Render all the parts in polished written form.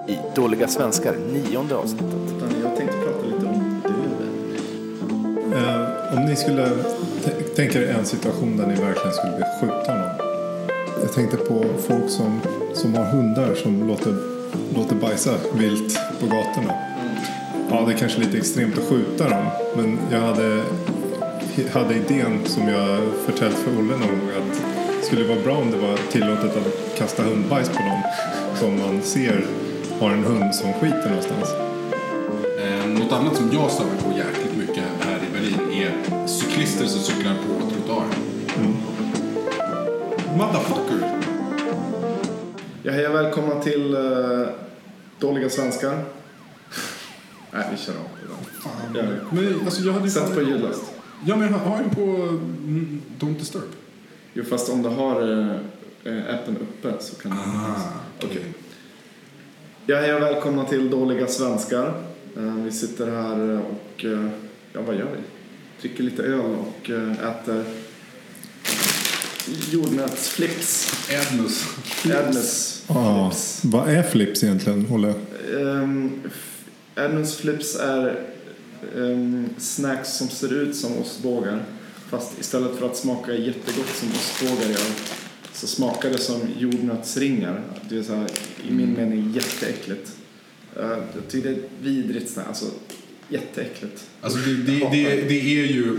i Dåliga svenskar, 9:e avsnittet. Jag tänkte prata lite om duvor. Om ni skulle tänka er en situation där ni verkligen skulle bli skjuta någon. Jag tänkte på folk som har hundar som låter bajsa vilt på gatorna. Ja, det är kanske lite extremt att skjuta dem. Men jag hade idén som jag förtällt för Olle någon gång att det skulle vara bra om det var tillåtet att kasta hundbajs på dem som man ser har en hund som skiter någonstans. Något annat som jag stannar på jäkligt mycket här i Berlin är cyklister som cyklar på trottoaren. Motherfucker! Ja, hej och välkomna till Dåliga svenskar. Nej, vi kör av idag. Men alltså jag hade Sätt på ljudlöst. Ja, men jag har ju på Don't Disturb. Jo, fast om du har appen uppe så kan du... Okej. Ja, hej och välkomna till Dåliga svenskar. Vi sitter här och... Ja, vad gör vi? Dricker lite öl och äter jordnötsflips. Adnus flips. Vad är flips egentligen, Olle? Adnus flips är snacks som ser ut som ostbågar. Fast istället för att smaka jättegott som ostbågar gör, så smakar det som jordnötsringar. Det är så här, i min mening jätteäckligt. Jag tycker det är vidrigt snart. Alltså jätteäckligt. Alltså det är ju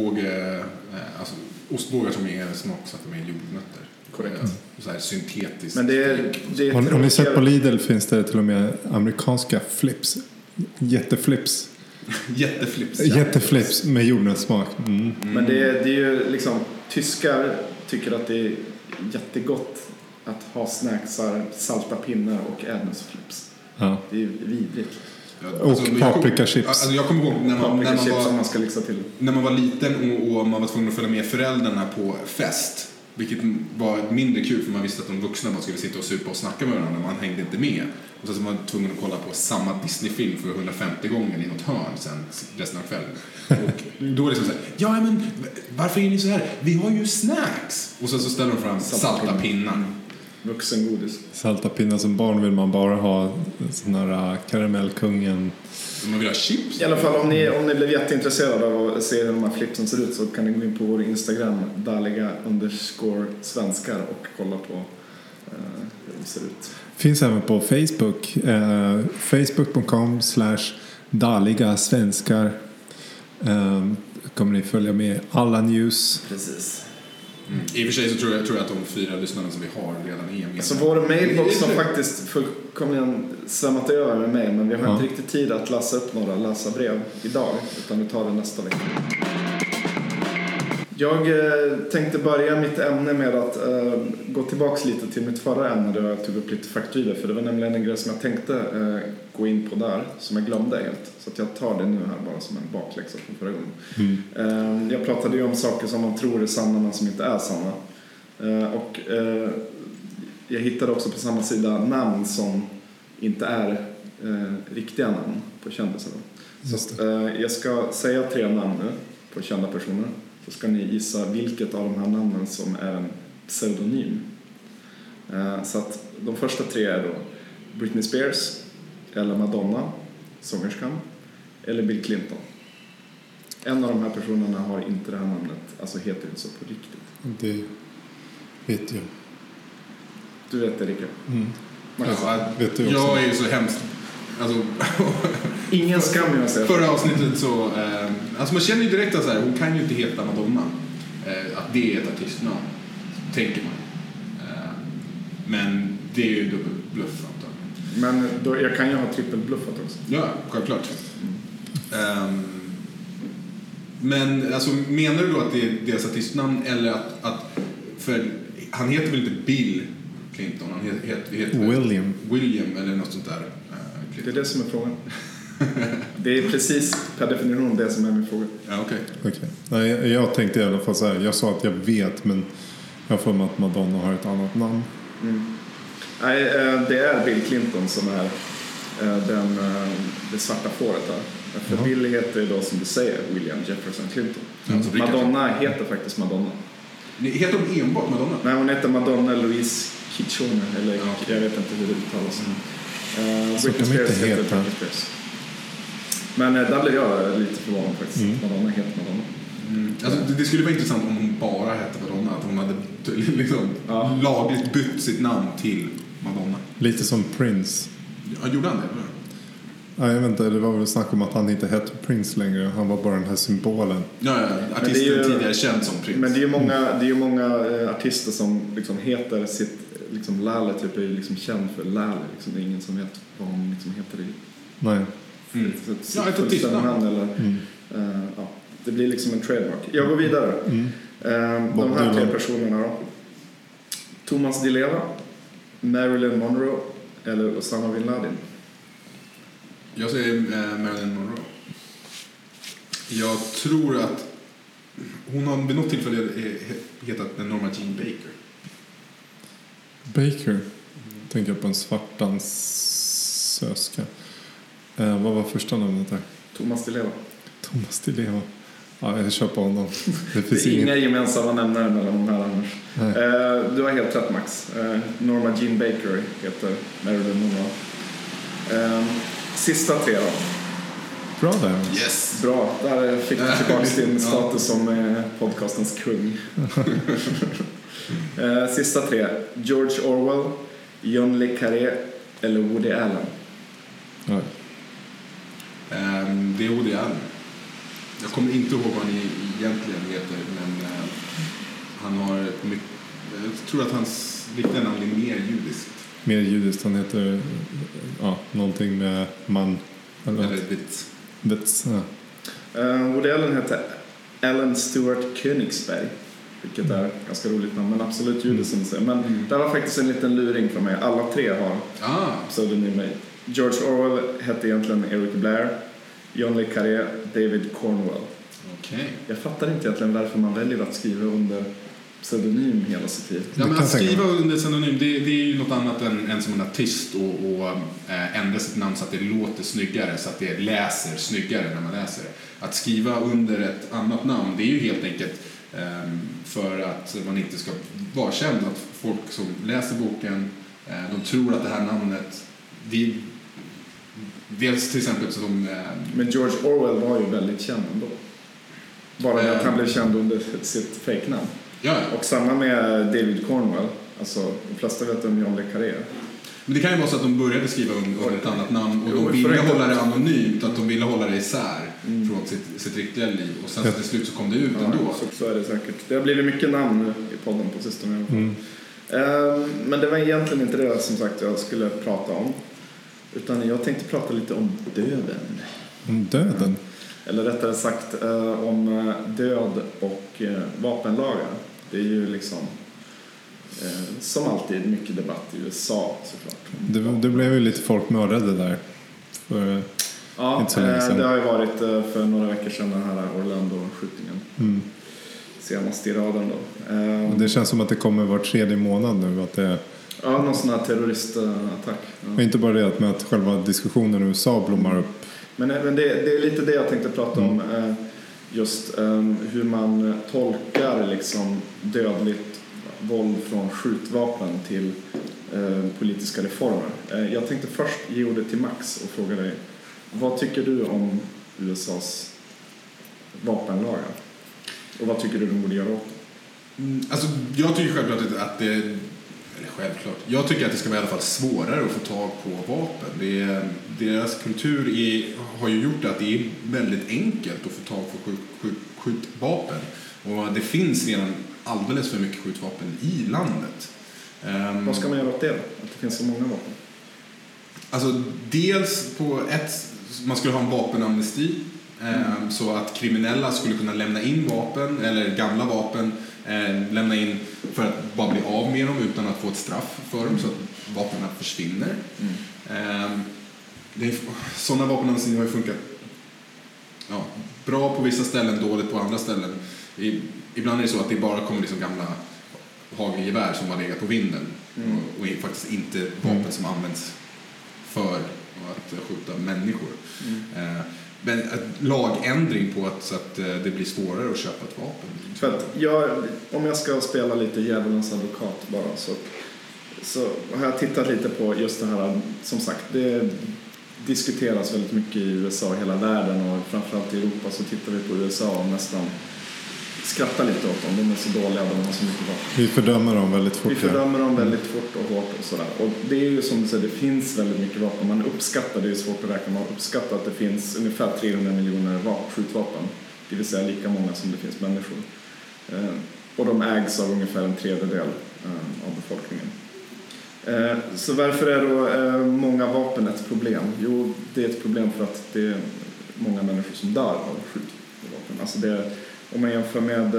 ostbågar som är smaksatta med jordnötter. Korrekt. Så här syntetiskt. Men det är Har ni sett på Lidl finns det till och med amerikanska flips. Jätteflips. Jätteflips med jordnötssmak. Men det är ju liksom, tyskar tycker att det är jättegott att ha snacksar, salta pinnar och Adnus-flips. Ja. Det är vidrigt. Och paprikachips. Alltså jag kommer ihåg när man var liten och man var tvungen att följa med föräldrarna på fest. Vilket var mindre kul för man visste att de vuxna bara skulle sitta och supa och snacka med varandra. Man hängde inte med. Och så var man tvungen att kolla på samma Disney-film för 150 gånger i något hörn sen resten av kvällen. Och då är det så här, ja men varför är ni så här? Vi har ju snacks! Och så ställer de fram salta pinnar. Vuxengodis. Salta pinnar som barn vill man bara ha sån här karamellkungen. Man vill ha chips. I alla fall om ni blev jätteintresserade av att se hur de här flipsen ser ut så kan ni gå in på vår Instagram Daliga_svenskar och kolla på hur de ser ut. Finns även på Facebook. Facebook.com/daligasvenskar. Kommer ni följa med alla news. Precis. I och för sig så tror jag att de 4 lyssnarna som vi har redan är med. Så vår mailbox har faktiskt fullkomligen svämmat över med mig, men vi har inte riktigt tid att läsa upp några läsarbrev idag, utan vi tar det nästa vecka. Jag tänkte börja mitt ämne med att gå tillbaka lite till mitt förra ämne där jag tog upp lite faktorer, för det var nämligen en grej som jag tänkte gå in på där som jag glömde helt. Så att jag tar det nu här bara som en bakläxa från förra gången. Jag pratade ju om saker som man tror är sanna men som inte är sanna. Och jag hittade också på samma sida namn som inte är riktiga namn på kändisar. Så jag ska säga 3 namn nu på kända personer. Så ska ni gissa vilket av de här namnen som är en pseudonym. Så att de första 3 är då Britney Spears, eller Madonna, sångerskan, eller Bill Clinton. En av de här personerna har inte det här namnet, alltså heter inte så på riktigt. Det vet jag. Du vet det, Rickard? Vet du också? Jag är ju så hemskt. Alltså, ingen skam jag säger. Förra avsnittet så alltså man känner ju direkt att så här, hon kan ju inte heta Madonna. Att det är ett artistnamn, tänker man. Men det är ju dubbelbluff antagligen. Men då, jag kan ju ha trippelbluffat också. Ja, självklart. Men alltså, menar du då att det är deras artistnamn eller att för han heter väl inte Bill Clinton, han heter William eller något sånt där. Det är det som är frågan. Det är precis per definition det som är min fråga. Ja, okej. Nej, jag tänkte i alla fall så här. Jag sa att jag vet, men jag får med att Madonna har ett annat namn. Nej, det är Bill Clinton som är det svarta fåret där. För Bill heter då, som du säger, William Jefferson Clinton. Madonna heter faktiskt Madonna. Heter hon enbart Madonna? Nej, hon heter Madonna Louise Kitchone, eller jag vet inte hur det uttalas. Så kan man inte heta. Men där blev jag lite förvånad faktiskt. Madonna heter Madonna. Alltså, det skulle vara intressant om hon bara hette Madonna. Att hon hade liksom lagligt bytt sitt namn till Madonna. Lite som Prince. Ja, gjorde han det? Ja, jag vet inte, det var väl snack om att han inte hette Prince längre. Han var bara den här symbolen. Ja, artisten tidigare känd som Prince. Men det är ju många artister som liksom heter sitt liksom Lalle typ är ju liksom känd för Lalle liksom. Det är ingen som vet vad hon liksom heter i. Nej. Ja, ett artistnamn eller det blir liksom en trademark. Jag går vidare. De här 3 personerna då. Thomas Di Leva, Marilyn Monroe eller Osama Bin Laden. Jag säger Marilyn Monroe. Jag tror att hon har vid något tillfälle hetat Norma Jean Baker. Baker? Tänker jag på en svartdanssöska. Vad var första namnet där? Thomas Di Leva. Thomas Di Leva. Ja, jag kör på honom. Det är inga gemensamma nämnare mellan de här annars. Du har helt rätt, Max. Norma Jean Baker heter Marilyn Monroe. Sista 3 då. Bra där. Yes. Bra, där fick du tillbaka din status som podcastens kung. Sista 3. George Orwell, John le Carré eller Woody Allen. Ja. Det är Woody Allen. Jag kommer inte ihåg vad han egentligen heter, men han har jag tror att hans riktiga namn är mer judiskt. Mer judiskt, han heter någonting med man. Eller vits. Ja. Woody Allen heter Alan Stewart Königsberg, vilket är ganska roligt namn, men absolut judiskt. Men det var faktiskt en liten luring för mig. Alla 3 har pseudonym. George Orwell hette egentligen Eric Blair, John le Carré, David Cornwell. Okay. Jag fattar inte egentligen varför man väljer att skriva under pseudonym hela sitt liv. Ja, men att skriva under pseudonym det är ju något annat än som en artist och ändra sitt namn så att det låter snyggare, så att det läser snyggare när man läser. Att skriva under ett annat namn, det är ju helt enkelt för att man inte ska vara känd, att folk som läser boken de tror att det här namnet dels till exempel som men George Orwell var ju väldigt känd ändå. Bara att han blev känd under sitt fake-namn. Ja. Och samma med David Cornwell. Alltså, de flesta vet om John le Carré. Men det kan ju vara så att de började skriva under ett annat namn och de ville hålla det anonymt, att de ville hålla det isär från sitt riktiga liv. Och sen till slut så kom det ut ändå. Så är det säkert. Det har blivit mycket namn i podden på sistone i alla fall. Men det var egentligen inte det som sagt jag skulle prata om. Utan jag tänkte prata lite om döden. Om döden? Eller rättare sagt om död och vapenlagar. Det är ju liksom som alltid mycket debatt i USA såklart. Det blev ju lite folk mördade där för inte så länge sedan. Det har ju varit för några veckor sedan den här Orlando-skjutningen. Senast i raden då. Det känns som att det kommer var 3:e månad nu att det ja, någon sån här terroristattack. Ja. Inte bara det med att själva diskussionen i USA blommar upp. Men det är lite det jag tänkte prata om. Just hur man tolkar liksom dödligt våld från skjutvapen till politiska reformer. Jag tänkte först ge ordet till Max och fråga dig. Vad tycker du om USAs vapenlagar? Och vad tycker du de borde göra åt det? Alltså, jag tycker självklart att det självklart. Jag tycker att det ska vara i alla fall svårare att få tag på vapen. Deras kultur har ju gjort att det är väldigt enkelt att få tag på skjutvapen. Och det finns redan alldeles för mycket skjutvapen i landet. Vad ska man göra åt det då? Att det finns så många vapen? Alltså dels man skulle ha en vapenamnesti. Så att kriminella skulle kunna lämna in vapen eller gamla vapen lämna in för att bara bli av med dem utan att få ett straff för dem så att vapnen försvinner. Sådana vapenamnestier har ju funkat bra på vissa ställen, dåligt på andra ställen. Ibland är det så att det bara kommer liksom gamla hagelgevär som har legat på vinden och faktiskt inte vapen som används för att skjuta människor. Men lagändring på så att det blir svårare att köpa ett vapen. För att om jag ska spela lite djävulens advokat bara så så har jag tittat lite på just det här, som sagt, det diskuteras väldigt mycket i USA och hela världen, och framförallt i Europa så tittar vi på USA och nästan skrattar lite åt dem. De är så dåliga, de har så mycket vapen. Vi fördömer dem väldigt fort. Vi fördömer dem väldigt fort och hårt och sådär. Och det är ju som du säger, det finns väldigt mycket vapen. Man uppskattar, det är svårt att räkna, man uppskattar att det finns ungefär 300 miljoner skjutvapen. Det vill säga lika många som det finns människor. Och de ägs av ungefär en tredjedel av befolkningen. Så varför är då många vapen ett problem? Jo, det är ett problem för att det är många människor som dör av skjutvapen. Alltså det, om man jämför med,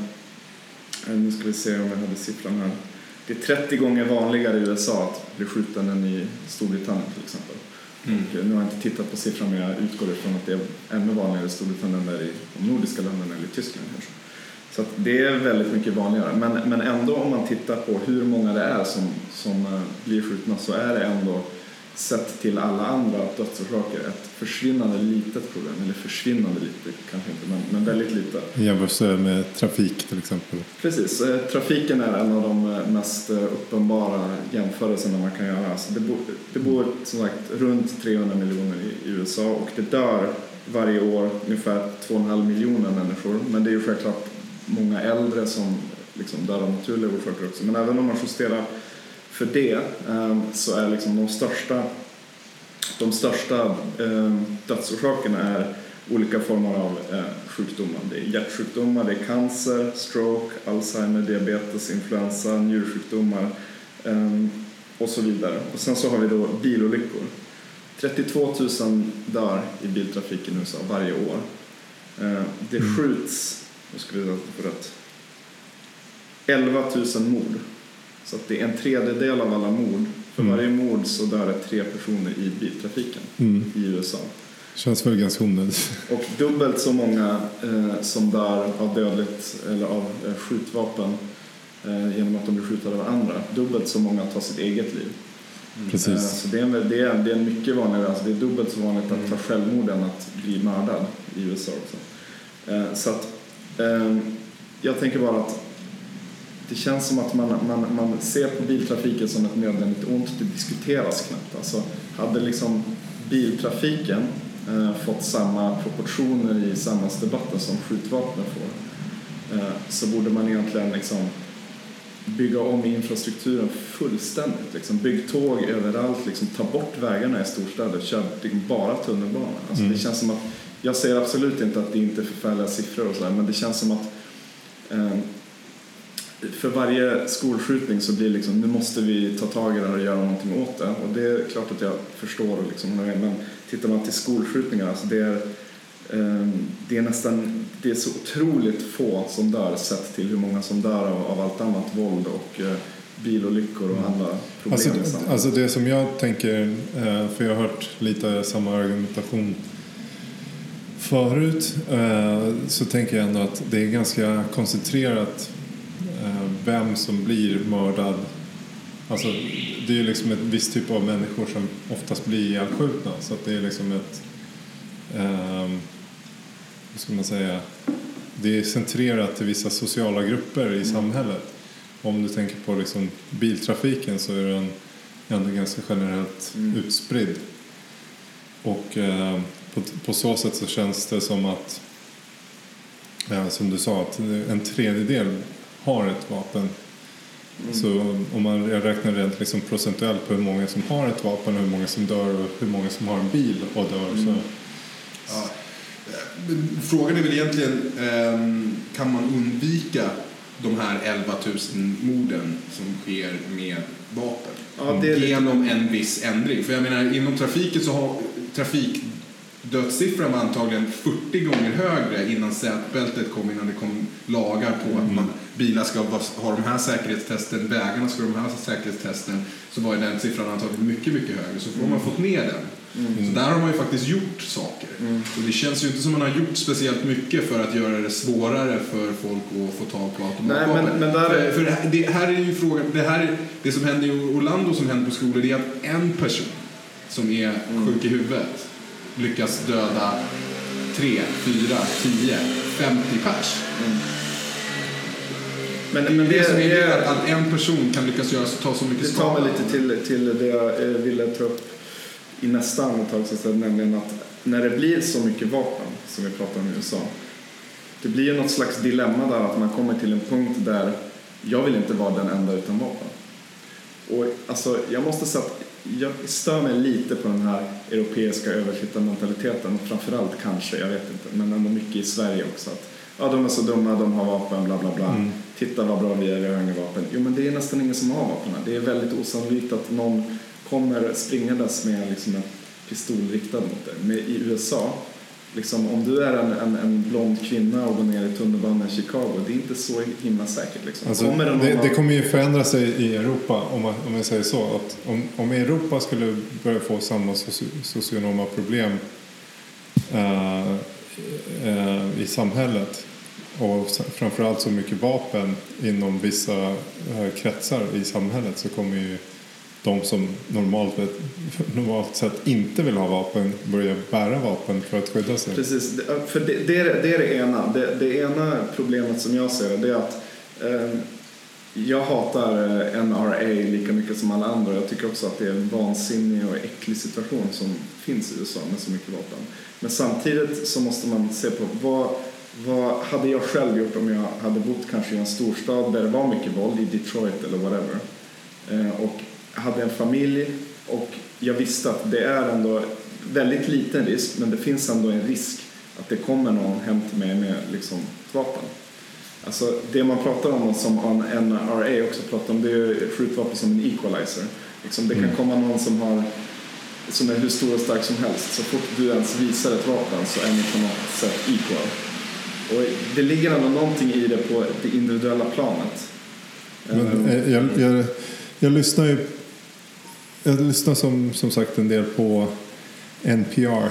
nu ska vi se om jag hade siffran här. Det är 30 gånger vanligare i USA att bli skjuten än i Storbritannien till exempel. Och nu har jag inte tittat på siffran, men jag utgår ifrån att det är ännu vanligare i Storbritannien än i de nordiska länderna eller i Tyskland kanske. Så att det är väldigt mycket vanligare. Men ändå om man tittar på hur många det är som blir skjutna, så är det ändå, sett till alla andra dödsorsaker, ett försvinnande litet problem. Eller försvinnande litet kanske inte, men väldigt litet. Jämfört med trafik till exempel. Precis, trafiken är en av de mest uppenbara jämförelserna man kan göra. Alltså det bor som sagt runt 300 miljoner i USA, och det dör varje år ungefär 2,5 miljoner människor. Men det är ju självklart många äldre som liksom dör av naturliga orsaker också. Men även om man justerar för det, så är liksom de största dödsorsakerna är olika former av sjukdomar. Det är hjärtsjukdomar, det är cancer, stroke, Alzheimer, diabetes, influensa, njursjukdomar och så vidare. Och sen så har vi då bilolyckor. 32 000 dör i biltrafiken i USA varje år. Det skjuts, nu ska vi säga för rätt, 11 000 mord. Så att det är en tredjedel av alla mord. För varje mord så dör det 3 personer i biltrafiken i USA. Känns väl ganska onödigt. Och dubbelt så många som dör av dödligt eller av skjutvapen genom att de blir skjutade av andra. Dubbelt så många tar sitt eget liv. Precis. Så det är en mycket vanligare, alltså det är dubbelt så vanligt att ta självmord än att bli mördad i USA också. Så att jag tänker bara att det känns som att man ser på biltrafiken som ett nödvändigt ont. Det diskuteras knappt. Alltså, hade liksom biltrafiken fått samma proportioner i samhällsdebatten som skjutvapnen får, så borde man egentligen liksom bygga om infrastrukturen fullständigt. Liksom. Bygg tåg överallt, liksom, ta bort vägarna i storstäder, kör bara tunnelbana. Alltså, det känns som att, jag säger absolut inte att det inte är förfärliga siffror och sådär, men det känns som att för varje skolskjutning så blir liksom, nu måste vi ta tag i det och göra någonting åt det. Och det är klart att jag förstår liksom, men tittar man till skolskjutningar, alltså det är så otroligt få som dör sett till hur många som dör av allt annat våld och bilolyckor och andra problem. Alltså det som jag tänker, för jag har hört lite samma argumentation förut, så tänker jag ändå att det är ganska koncentrerat vem som blir mördad. Alltså det är ju liksom ett visst typ av människor som oftast blir ihjälskjutna, så att det är liksom ett hur ska man säga, det är centrerat till vissa sociala grupper i samhället. Om du tänker på liksom biltrafiken, så är den ändå ganska generellt utspridd, och på så sätt så känns det som att som du sa, att en tredjedel har ett vapen. Så om man räknar rent liksom procentuellt på hur många som har ett vapen och hur många som dör och hur många som har en bil och dör, så... Ja. Frågan är väl egentligen, kan man undvika de här 11 000 morden som sker med vapen? Ja, genom en viss ändring. För jag menar, inom trafiken så har trafikdödssiffran antagligen 40 gånger högre innan sätbältet kom, innan det kom lagar på att bilar ska ha de här säkerhetstesten, vägarna ska ha de här säkerhetstesten, så var den siffran antagligen mycket, mycket högre. Så får man fått ner den. Så där har man ju faktiskt gjort saker. Och det känns ju inte som man har gjort speciellt mycket för att göra det svårare för folk att få tag på automatvapen. Men för det här är ju frågan, det som händer i Orlando, som händer på skolor, det är att en person som är sjuk i huvudet lyckas döda 3, 4, 10, 50 pers. Men det som är att en person kan lyckas ta så mycket skada. Det tar mig lite till det jag ville ta upp i nästa andetag, så nämligen att när det blir så mycket vapen som vi pratar om i USA, det blir ju något slags dilemma där att man kommer till en punkt där jag vill inte vara den enda utan vapen. Och alltså, jag måste säga att jag stör mig lite på den här europeiska översittarmentaliteten, framförallt kanske, jag vet inte, men ändå mycket i Sverige också, att ja, de är så dumma, de har vapen, bla bla bla. Titta vad bra vi är, vi har inga vapen. Jo, men det är nästan ingen som har vapen. Det är väldigt osannolikt att någon kommer springandes med liksom en pistol riktad mot dig. Men i USA, liksom, om du är en blond kvinna och går ner i tunnelbanan i Chicago, det är inte så himla säkert. Liksom. Alltså, det kommer ju förändra sig i Europa, om jag säger så. Att om Europa skulle börja få samma socionoma problem i samhället, och framförallt så mycket vapen inom vissa kretsar i samhället, så kommer ju de som normalt sett inte vill ha vapen börja bära vapen för att skydda sig. Precis, för det är det ena. Det ena problemet som jag ser det är att jag hatar NRA lika mycket som alla andra. Jag tycker också att det är en vansinnig och äcklig situation som finns i USA med så mycket vapen. Men samtidigt så måste man se på vad hade jag själv gjort om jag hade bott kanske i en storstad där det var mycket våld, i Detroit eller whatever. Och hade en familj och jag visste att det är ändå väldigt liten risk, men det finns ändå en risk att det kommer någon hem till mig med liksom ett vapen. Alltså det man pratar om som NRA också pratar om, det är skjutvapen som en equalizer. Liksom det kan komma någon som är hur stor och stark som helst. Så fort du ens visar ett vapen så är ni på något sätt equal. Och det ligger ändå någonting i det på det individuella planet. Men jag lyssnar som sagt en del på NPR.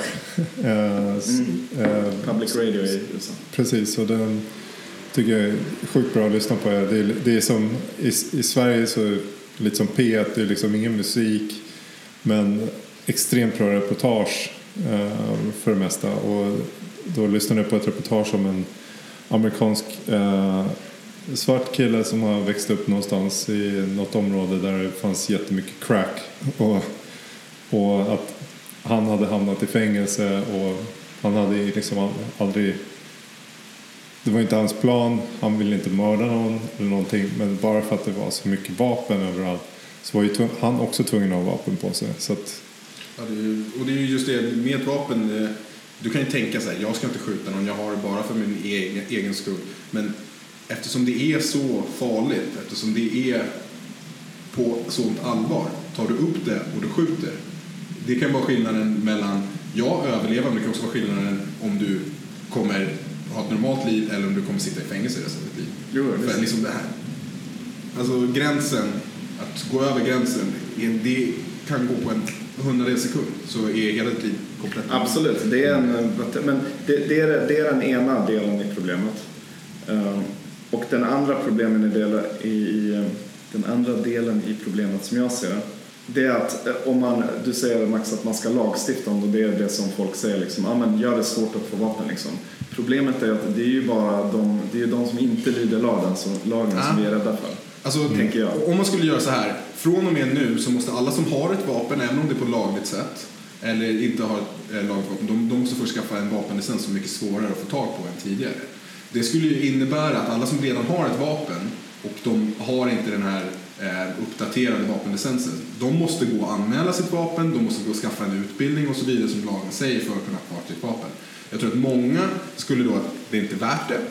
Public radio i USA. Precis, och den tycker jag är sjukt bra att lyssna på. Det är som i Sverige så lite som P1, det är liksom ingen musik, men extremt bra reportage för det mesta. Och då lyssnade jag på ett reportage om en amerikansk svart kille som har växt upp någonstans i något område där det fanns jättemycket crack, och att han hade hamnat i fängelse, och han hade liksom aldrig, det var inte hans plan, han ville inte mörda någon eller någonting, men bara för att det var så mycket vapen överallt så var ju han också tvungen att ha vapen på sig. Så att... ja, och det är ju just det med ett vapen, du kan ju tänka så här, jag ska inte skjuta någon, jag har det bara för min egen skull, men eftersom det är så farligt, eftersom det är på sånt allvar, tar du upp det och du skjuter. Det kan vara skillnaden mellan jag överlever, men det kan också vara skillnaden om du kommer ha ett normalt liv eller om du kommer sitta i fängelse resten av ditt liv. Jo, för liksom det här. Alltså gränsen, att gå över gränsen, det kan gå på en 100 sekund, så är hela ditt liv komplett. Absolut, det är men det är den ena delen i problemet. Och den andra delen i problemet som jag ser det är att om du säger Max att man ska lagstifta om det, är det som folk säger liksom, men gör det svårt att få vapen liksom. Problemet är att det är ju bara de som inte lyder lagen som vi är rädda för. Alltså, tänker jag. Om man skulle göra så här, från och med nu så måste alla som har ett vapen, även om det är på lagligt sätt eller inte har ett lagligt vapen, de måste först skaffa en vapenlicens som är mycket svårare att få tag på än tidigare. Det skulle ju innebära att alla som redan har ett vapen och de har inte den här uppdaterade vapenlicensen, de måste gå och anmäla sitt vapen, de måste gå och skaffa en utbildning och så vidare som lagen säger för att kunna ha kvar sitt vapen. Jag tror att många skulle då att det inte är värt det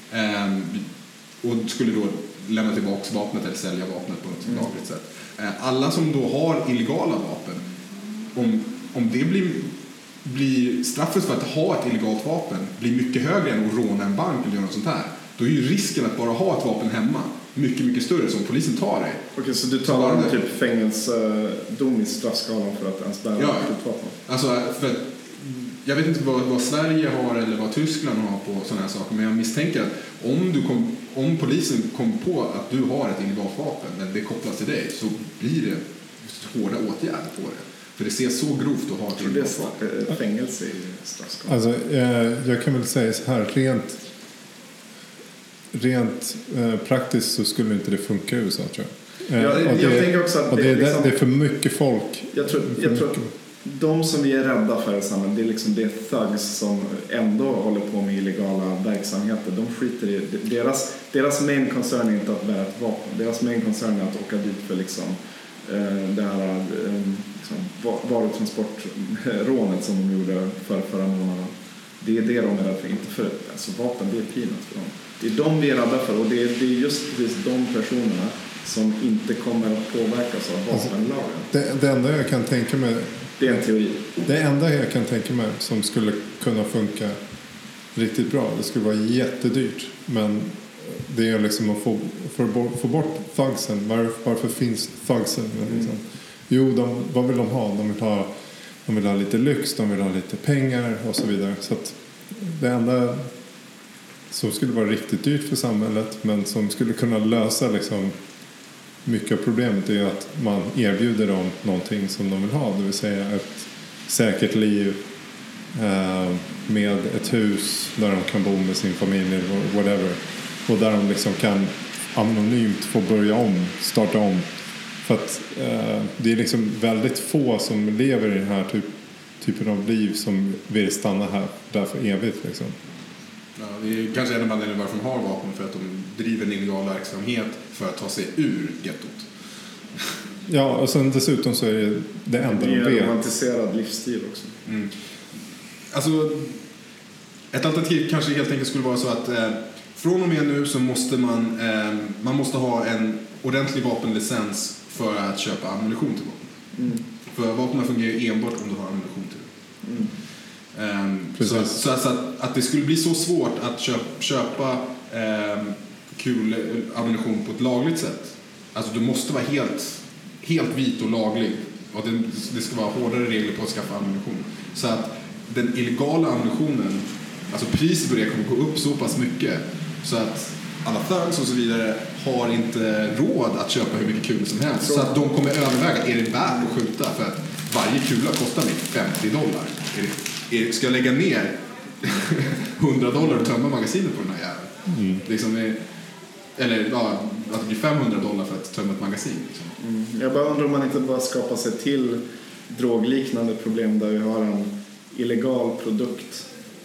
och skulle då lämna tillbaka vapnet eller sälja vapnet på ett lagligt sätt. Alla som då har illegala vapen, om det blir straffet för att ha ett illegalt vapen blir mycket högre än att råna en bank eller göra något sånt här, då är ju risken att bara ha ett vapen hemma mycket, mycket större som polisen tar dig. Okej, så du talar om typ fängelsedom i straffskalan för att ens bära ett vapen? Alltså, för jag vet inte vad Sverige har eller vad Tyskland har på sådana här saker, men jag misstänker att om polisen kom på att du har ett illegalt vapen eller det kopplas till dig, så blir det hårda åtgärder på det. För det ser så grovt att ha ett illegalt vapen. Fängelse i straffskalan. Alltså, jag kan väl säga så här, rent rent praktiskt så skulle inte det funka i USA, tror jag. Jag tänker också att det är för mycket folk. Jag tror de som vi är rädda för i samhället, det är liksom det thugs som ändå håller på med illegala verksamheter. De skiter i deras main concern är inte att bära ett vapen. Deras main concern är att åka dit för liksom det här liksom, varutransportrånet som de gjorde förra månaden. Det är det de är rädda för, inte för alltså vapen, det är peanuts för dem. Det är de vi är rädda för, och det är just de personerna som inte kommer att påverkas av vapenlagen. Det enda jag kan tänka mig, det är en teori. Det enda jag kan tänka mig som skulle kunna funka riktigt bra, det skulle vara jättedyrt, men det är liksom att få bort thugsen. Varför finns thugsen? Liksom? Jo, vad vill de ha? De vill ha lite lyx, de vill ha lite pengar och så vidare. Så att det enda som skulle vara riktigt dyrt för samhället, men som skulle kunna lösa liksom mycket av problemet, är att man erbjuder dem någonting som de vill ha. Det vill säga ett säkert liv med ett hus där de kan bo med sin familj eller whatever. Och där de liksom kan anonymt få börja om, starta om. För att det är liksom väldigt få som lever i den här typen av liv som vill stanna här där för evigt liksom. Ja, det är kanske en av anledningarna varför de har vapen, för att de driver en illegal verksamhet för att ta sig ur gettot. Ja, och sen dessutom så är det enda de vet. Det är en romantiserad livsstil också. Mm. Alltså, ett alternativ kanske helt enkelt skulle vara så att från och med nu så måste man måste ha en ordentlig vapenlicens för att köpa ammunition till vapen. För vapnen fungerar enbart om du har ammunition till det. Så att det skulle bli så svårt att köpa kul ammunition på ett lagligt sätt. Alltså du måste vara helt vit och laglig. Och det ska vara hårdare regler på att skaffa ammunition. Så att den illegala ammunitionen, alltså priset på det kommer gå upp så pass mycket så att alla thugs och så vidare har inte råd att köpa hur mycket kulor som helst. Så att de kommer överväga, är det värt att skjuta för att varje kula kostar mig $50? Ska jag lägga ner $100 och tömma magasinet på den här jäveln? Liksom eller att det blir $500 för att tömma ett magasin. Liksom. Jag bara undrar om man inte bara skapar sig till drogliknande problem där vi har en illegal produkt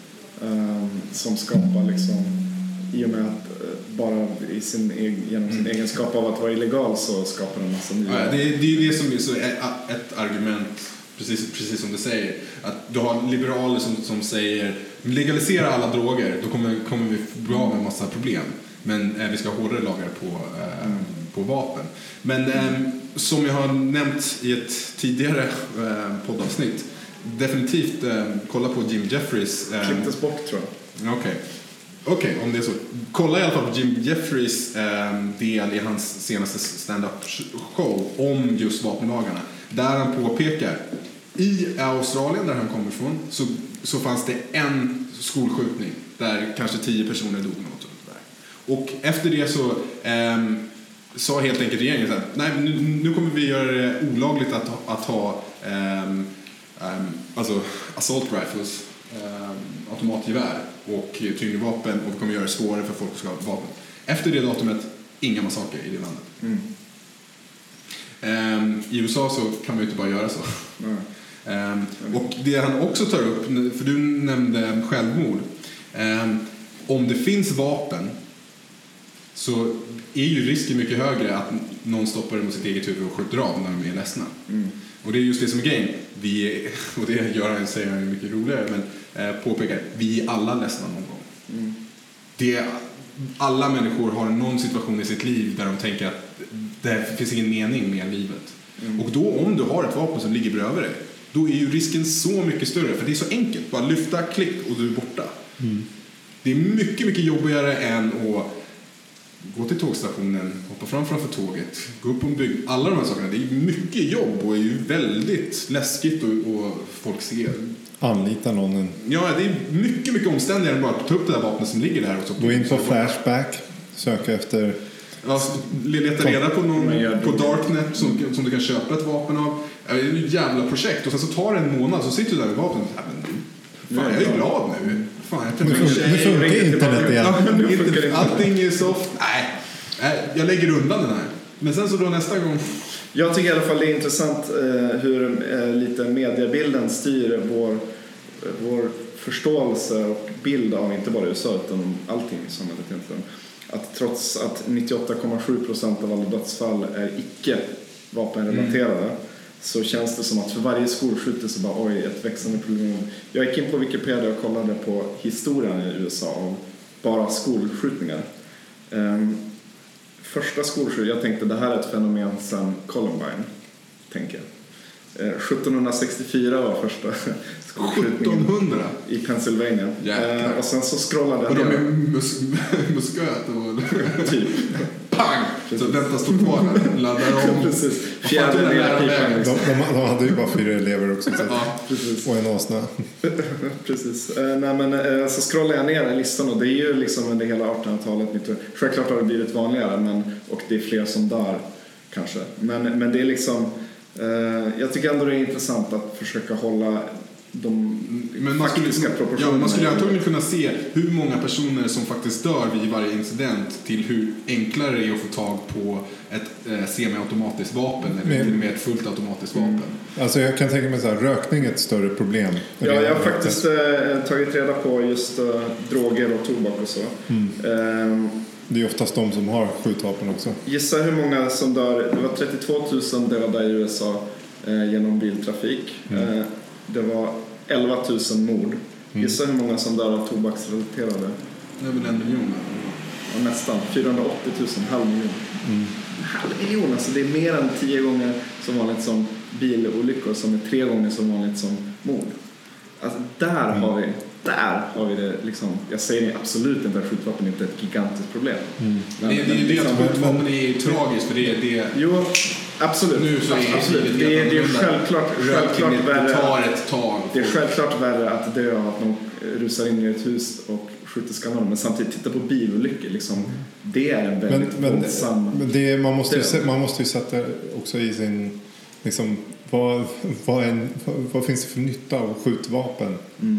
som skapar liksom, i och med att bara genom sin egenskap av att vara illegal så skapar en massa nya. Ja, det är ju det som är så ett argument, precis som du säger, att du har liberaler som säger legalisera alla droger, då kommer vi bra med en massa problem, men vi ska ha hårdare lagar på vapen. Men som jag har nämnt i ett tidigare poddavsnitt, definitivt kolla på Jim Jeffries. Klipptes bort, tror jag. Okej, om det är så. Kolla i alla fall på Jim Jeffries del i hans senaste stand-up show om just vapenlagarna. Där han påpekar, i Australien där han kommer ifrån så fanns det en skolskjutning där kanske 10 personer dog något sånt där. Och efter det så sa helt enkelt regeringen så här, nej, nu kommer vi göra det olagligt att ha alltså assault rifles, automatgevär och tyngre vapen, och vi kommer göra det svårare för folk att skaffa vapen. Efter det datumet, inga massaker i det landet. I USA så kan man ju inte bara göra så. Och det han också tar upp, för du nämnde självmord, om det finns vapen så är ju risken mycket högre att någon stoppar det mot sitt eget huvud och skjuter av när de är ledsna. Och det är just det som är grejen. Och det gör han, säger han mycket roligare, men påpekar, vi är alla ledsna någon gång. Alla människor har någon situation i sitt liv där de tänker att det finns ingen mening med livet. Och då, om du har ett vapen som ligger bredvid dig, då är ju risken så mycket större, för det är så enkelt. Bara lyfta, klick och du är borta. Det är mycket, mycket jobbigare än att gå till tågstationen, hoppa framför tåget, gå upp på en bygg. Alla de här sakerna, det är mycket jobb och är ju väldigt läskigt och folk ser. Anlita någon. Ja, det är mycket, mycket omständigare än bara att ta upp det där vapnet som ligger där. Och så gå in på Flashback, söka efter... Ja, leta reda på någon på Darknet som du kan köpa ett vapen av. Det är ett jävla projekt. Och sen så tar det en månad, så sitter du där med vapnet. Ja, men fan, jag är glad nu. Fan, Nu funkar internet igen. Allting är soft. Nej, jag lägger undan den här. Men sen så då nästa gång. Jag tycker i alla fall det är intressant hur lite mediebilden styr vår förståelse och bild av inte bara USA utan allting i samhället egentligen. Att trots att 98,7% av alla dödsfall är icke vapenrelaterade så känns det som att för varje skolskjutning så bara ett växande problem. Jag gick in på Wikipedia och kollade på historien i USA av bara skolskjutningar. Första skolskjutningen, jag tänkte det här är ett fenomen sedan Columbine, tänker jag. 1764 var första skolskjutningen 1700? i Pennsylvania. Och sen så scrollade jag och de är musköt och typ. Pang! Så detta står kvar här. Laddar om. Precis. Fjärde pipan. De hade ju bara 4 elever också. Så precis. Och en åsna. Precis. Så scrollar jag ner i listan och det är ju liksom under hela 1800-talet. Självklart har det blivit vanligare och det är fler som dör kanske. Men det är liksom jag tycker ändå det är intressant att försöka hålla de faktiska proportionerna. Man skulle antagligen kunna se hur många personer som faktiskt dör vid varje incident till hur enklare det är att få tag på ett semi-automatiskt vapen eller till och med ett fullt automatiskt vapen. Alltså jag kan tänka mig så här, rökning är ett större problem. Ja, jag har faktiskt tagit reda på just droger och tobak och så. Det är oftast de som har skjutvapen också. Gissa hur många som dör. Det var 32 000 döda i USA genom biltrafik. Det var 11 000 mord. Gissa hur många som dör av tobaksrelaterade. Det är väl 1 miljon. Ja, nästan. 480 000, halv miljon. Halv miljon, alltså det är mer än 10 gånger så vanligt som bilolyckor som är 3 gånger så vanligt som mord. Alltså där har vi det liksom. Jag säger absolut inte att skjutvapen inte är ett gigantiskt problem. Det är ju det att skjutvapen är tragiskt för det är det. Jo, absolut. Nu så är absolut. Det är självklart värre. Det tar ett tag. Det är självklart värre att dö av att någon rusar in i ett hus och skjuter skanner. Men samtidigt titta på bilolyckor liksom. Det är en väldigt våldsam. Men det man måste ju sätta också i sin liksom vad finns det för nytta av skjutvapen?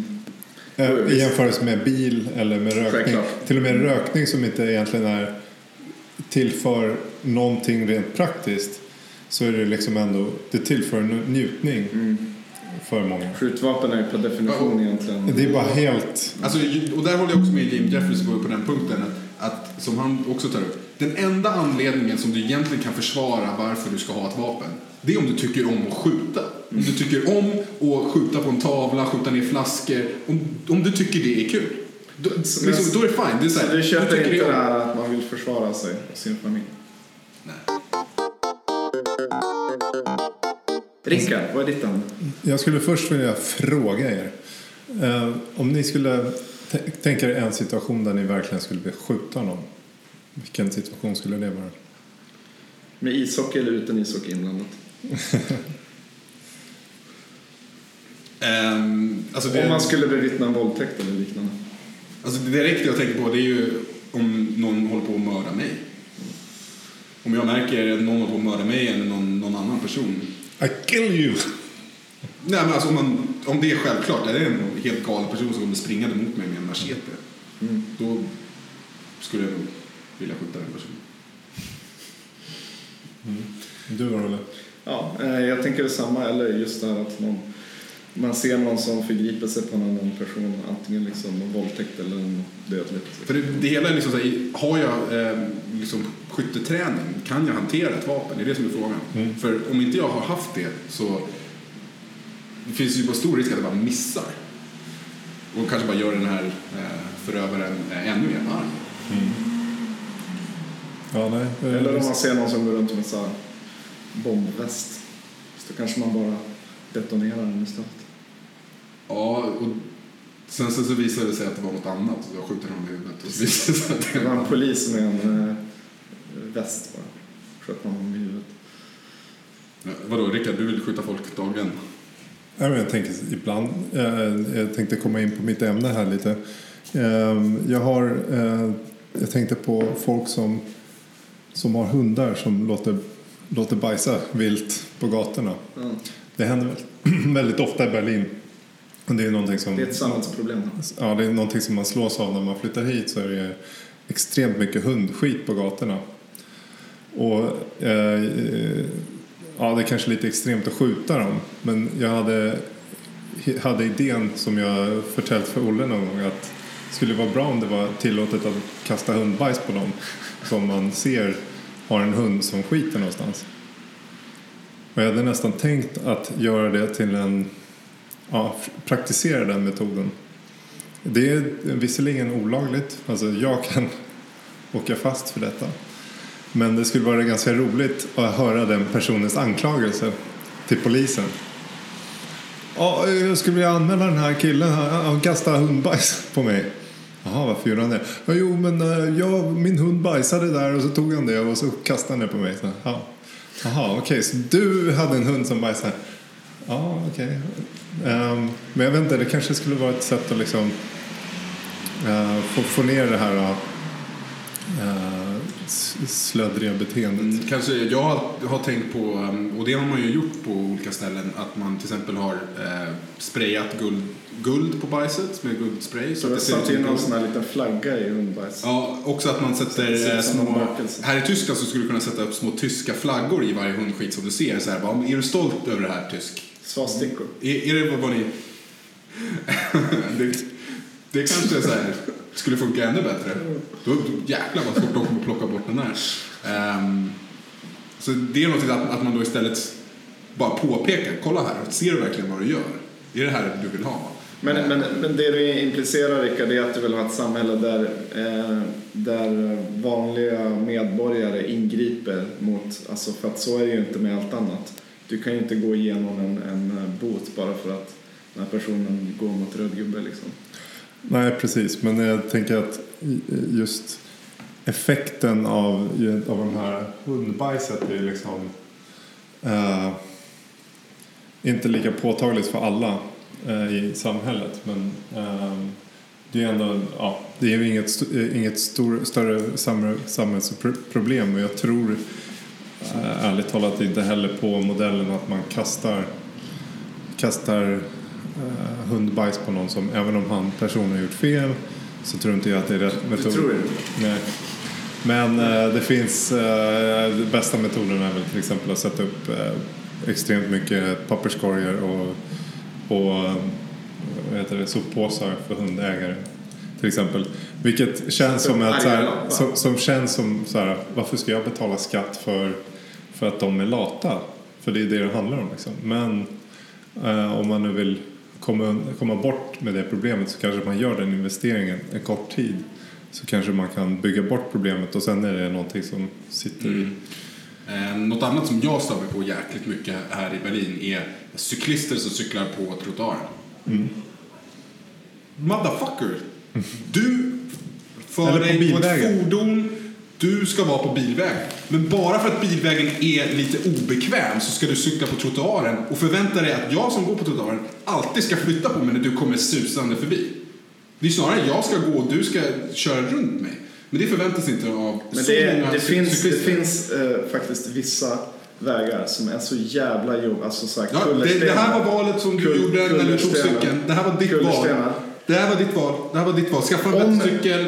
I jämförelse med bil eller med rökning. Självklart. Till och med rökning som inte egentligen är tillför någonting rent praktiskt så är det liksom ändå det tillför njutning för många. Skjutvapen är per definition egentligen. Det är bara helt... Alltså, och där håller jag också med Jim Jeffries på den punkten att som han också tar upp. Den enda anledningen som du egentligen kan försvara varför du ska ha ett vapen, det är om du tycker om att skjuta. Om du tycker om att skjuta på en tavla, skjuta ner flaskor. Om du tycker det är kul. Då är det fine. Det är så här, du köper inte det här att man vill försvara sig och sin familj. Nej. Rickard, vad är ditt namn? Jag skulle först vilja fråga er. Om ni skulle tänka er en situation där ni verkligen skulle vilja skjuta någon. Vilken situation skulle det vara? Med ishockey eller utan ishockey inblandat? Alltså om man skulle bevittna en våldtäkt eller liknande. Alltså det direkt jag tänker på det är ju om någon håller på att mörda mig. Om jag märker att någon håller på att mörda mig eller någon annan person. I kill you! Nej men alltså om det är självklart, är det en helt galen person som kommer springande mot mig med en machete. Då skulle jag nog vilja skjuta den personen. Du var eller? Ja, jag tänker detsamma. Eller just det här att man ser någon som förgriper sig på någon person, antingen liksom en våldtäkt eller en dödligt. För det hela är liksom så här, har jag liksom skytteträning, kan jag hantera ett vapen? Det är det som är frågan. För om inte jag har haft det så det finns ju bara stor risk att jag bara missar. Och kanske bara gör den här förövaren ännu mer arg. Ja, nej. Eller om man ser någon som går runt med så här bombväst. Så kanske man bara detonerar den istället. Ja, och sen så visade det sig att det var något annat. Så jag skjuter honom i huvudet. Och så visade det sig att det var en polis med en väst bara. Sköt man honom i huvudet. Ja, vadå, Rickard? Du vill skjuta folk dagligen? Jag tänker ibland. Jag tänkte komma in på mitt ämne här lite. Jag tänkte på folk som har hundar som låter bajsa vilt på gatorna. Det händer väldigt ofta i Berlin. Och det är någonting som... Det är ett samhällsproblem. Ja, det är någonting som man slås av när man flyttar hit, så är det extremt mycket hundskit på gatorna. Och ja, det är kanske lite extremt att skjuta dem, men jag hade idén som jag förtält för Olle någon gång, att det skulle vara bra om det var tillåtet att kasta hundbajs på dem som man ser har en hund som skiter någonstans. Och jag hade nästan tänkt att göra det till praktisera den metoden. Det är visserligen olagligt, alltså jag kan åka fast för detta. Men det skulle vara ganska roligt att höra den personens anklagelse till polisen. Ja, jag skulle vilja anmäla den här killen. Han kastade hundbajs på mig. Jaha, varför gjorde han det? Ja, jo, men min hund bajsade där och så tog han det och så kastade han det på mig. Så, jaha, okej, så du hade en hund som bajsade. Ja, okej. Men jag vet inte, det kanske skulle vara ett sätt att liksom få ner det här slödriga beteendet. Kanske jag har tänkt på, och det har man ju gjort på olika ställen, att man till exempel har sprayat guld på bajset med guldspray. Så det satt in någon sån här liten flagga i hundbajs. Ja, också att man sätter små... Här i Tyskland så skulle du kunna sätta upp små tyska flaggor i varje hundskit som du ser. Så här, bara, är du stolt över det här, tysk? Svastickor. Är det vad ni... det kanske så här, skulle funka ännu bättre. Då jäklar vad svårt de kommer att plocka bort den där. Så det är något att man då istället bara påpekar. Kolla här, ser du verkligen vad du gör? Är det här du vill ha? Men det du implicerar, Rickard, är att du vill ha ett samhälle där vanliga medborgare ingriper mot, alltså för att så är det ju inte med allt annat. Du kan ju inte gå igenom en bot bara för att den här personen går mot röd gubbe liksom. Nej, precis. Men jag tänker att just effekten av de här hundbajset är liksom inte lika påtagligt för alla i samhället. Men det är ändå, det är ju inget större samhällsproblem. Och jag tror ärligt talat inte heller på modellen att man kastar hundbajs på någon som, även om personen har gjort fel, så tror inte jag att det är rätt metod. Det tror jag. Nej. Men det finns bästa metoden är väl till exempel att sätta upp extremt mycket papperskorgar och soppåsar för hundägare till exempel, vilket känns som att som känns som så här, varför ska jag betala skatt för att de är lata, för det är det handlar om liksom. Men om man nu vill komma bort med det problemet, så kanske man gör den investeringen en kort tid, så kanske man kan bygga bort problemet och sen är det någonting som sitter i. Något annat som jag ställer på jäkligt mycket här i Berlin är cyklister som cyklar på trottoaren. Motherfucker, du för dig på ett fordon, du ska vara på bilväg. Men bara för att bilvägen är lite obekväm så ska du cykla på trottoaren och förvänta dig att jag som går på trottoaren alltid ska flytta på mig när du kommer susande förbi. Det är snarare jag ska gå och du ska köra runt mig. Men det förväntas inte av men så många det finns faktiskt vissa vägar som är så jävla jobb. Alltså så här, det här var valet som du gjorde när du tog cykeln. Det här var ditt val. Det här var ditt val. Skaffa en cykel.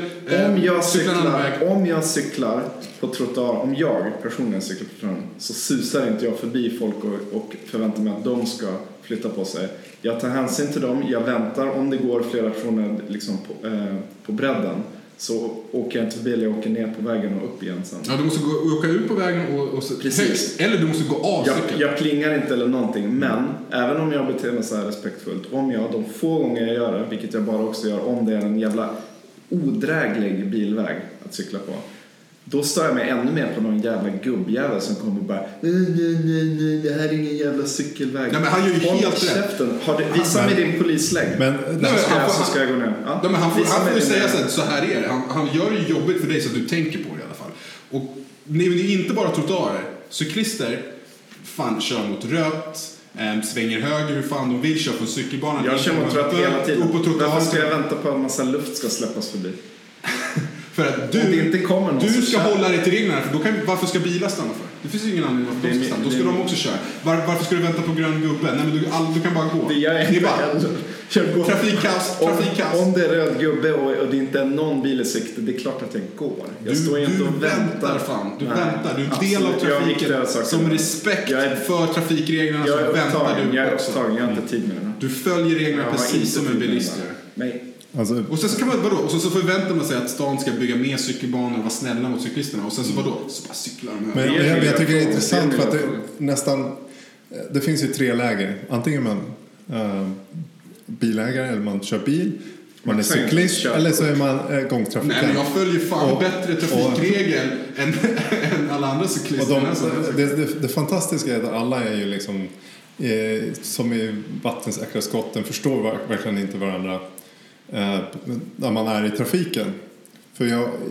Om jag cyklar på trottoar, om jag personligen cyklar på trottoaren, så susar inte jag förbi folk och förväntar mig att de ska flytta på sig. Jag tar hänsyn till dem. Jag väntar om det går flera personer liksom på bredden. Så åker jag inte förbi, jag åker ner på vägen och upp igen sen. Ja, du måste åka ut på vägen och precis. Eller du måste gå av cykeln. Jag plingar inte eller någonting. Men även om jag beter mig så här respektfullt, om jag de få gånger jag gör det, vilket jag bara också gör om det är en jävla odräglig bilväg att cykla på, då står jag mig ännu mer på någon jävla gubbjävel som kommer bara nej, det här är ingen jävla cykelväg. Nej, men han gör ju helt rätt. Visa mig din polislägg. Så ska jag gå ner. Ja? Nej, men han får ju säga så här är det. Han gör det jobbigt för dig så att du tänker på det i alla fall. Och det är inte bara trottoarer. Cyklister kör mot rött, svänger höger hur fan de vill, kör på cykelbanan. Jag kör mot rött hela tiden. Varför ska jag vänta på att en massa luft ska släppas förbi? För att Om det inte kommer någon du som ska kör. hålla dig till reglerna, för då varför ska bilar stanna för? Det finns ju ingen anledning varför de ska stanna. Då ska de också köra. Varför ska du vänta på grön gubbe? Nej, men du kan bara gå. Det är bara trafikkaos. Om det är röd gubbe och det inte är någon bil i sikte, det är klart att jag går. Jag står inte och väntar. Du väntar. Du är en del av trafiken. Som respekt för trafikreglerna så väntar du. Jag är upptagen, jag har inte tid med det. Du följer reglerna precis som en bilist gör. Nej. Alltså, Och sen så kan man, vadå? Och så förväntar man sig att stan ska bygga mer cykelbanor och vara snälla mot cyklisterna. Och sen så vadå? Så bara cyklar de men jag tycker det är intressant för att det finns ju 3 läger. Antingen man bilägare eller man kör bil. Man är cyklist eller så är man gångtrafikant. Nej, men jag följer fan bättre trafikregel än alla andra cyklister. Det fantastiska är att alla är ju liksom som i vattensäkra skotten förstår verkligen inte varandra när man är i trafiken. För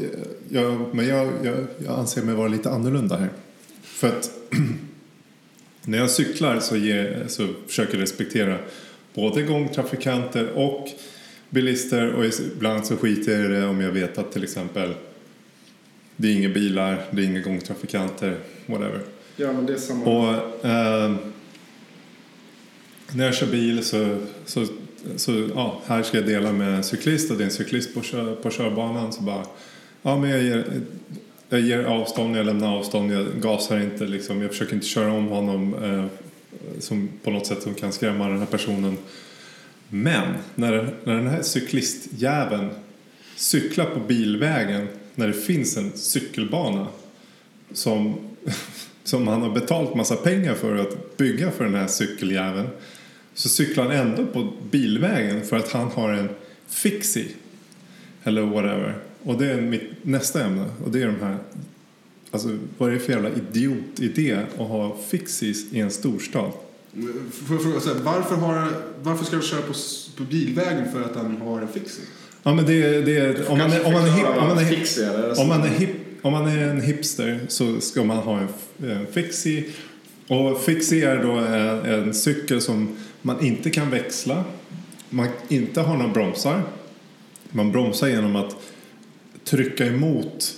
jag anser mig vara lite annorlunda här. För att när jag cyklar så försöker jag respektera både gångtrafikanter och bilister, och ibland så skiter jag i det om jag vet att till exempel det är inga bilar, det är inga gångtrafikanter, whatever. Ja, men det är samma. Och när jag kör bil så här ska jag dela med en cyklist, och det är en cyklist på körbanan, så bara men jag ger avstånd, jag lämnar avstånd, jag gasar inte liksom, jag försöker inte köra om honom som på något sätt som kan skrämma den här personen. Men när den här cyklistjäveln cyklar på bilvägen när det finns en cykelbana som han har betalt massa pengar för att bygga för den här cykeljäveln, så cyklar han ändå på bilvägen för att han har en fixie eller whatever. Och det är mitt nästa ämne, och det är de här, alltså vad är det för jävla idiotidé att ha fixies i en storstad? Varför ska du köra på bilvägen för att han har en fixie? Ja, men det är om man är en hipster så ska man ha en fixie. Och fixie är då en cykel som man inte kan växla. Man inte har några bromsar. Man bromsar genom att trycka emot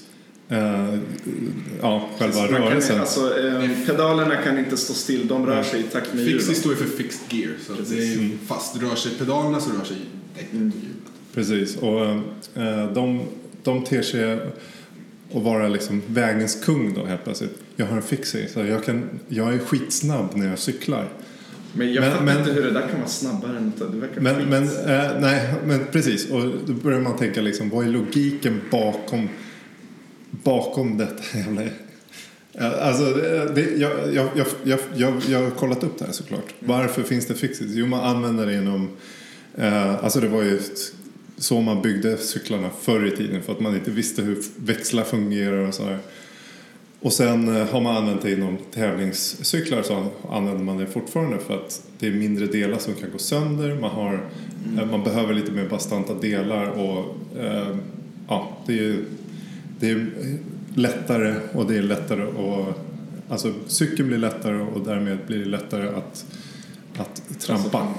själva rörelsen. Pedalerna kan inte stå still, de rör sig i takt med hjulen. Fixie står ju för fixed gear, så det är fast. Rör sig pedalerna så rör sig däcket och hjulet. Precis, och de ter sig att vara liksom vägens kung då helt plötsligt. Jag har en fixie, så jag är skitsnabb när jag cyklar. Men jag fattar inte hur det där kan vara snabbare än det verkar men precis, och då börjar man tänka liksom, vad är logiken bakom detta jävla... Alltså, jag har kollat upp det här såklart. Varför finns det fixes? Jo, man använder det inom... alltså det var ju så man byggde cyklarna förr i tiden, för att man inte visste hur växlar fungerar och så här. Och sen har man använt det inom tävlingscyklar, så använder man det fortfarande för att det är mindre delar som kan gå sönder. Man behöver lite mer bastanta delar, och det är lättare, och det är lättare och alltså cykeln blir lättare, och därmed blir det lättare att trampa.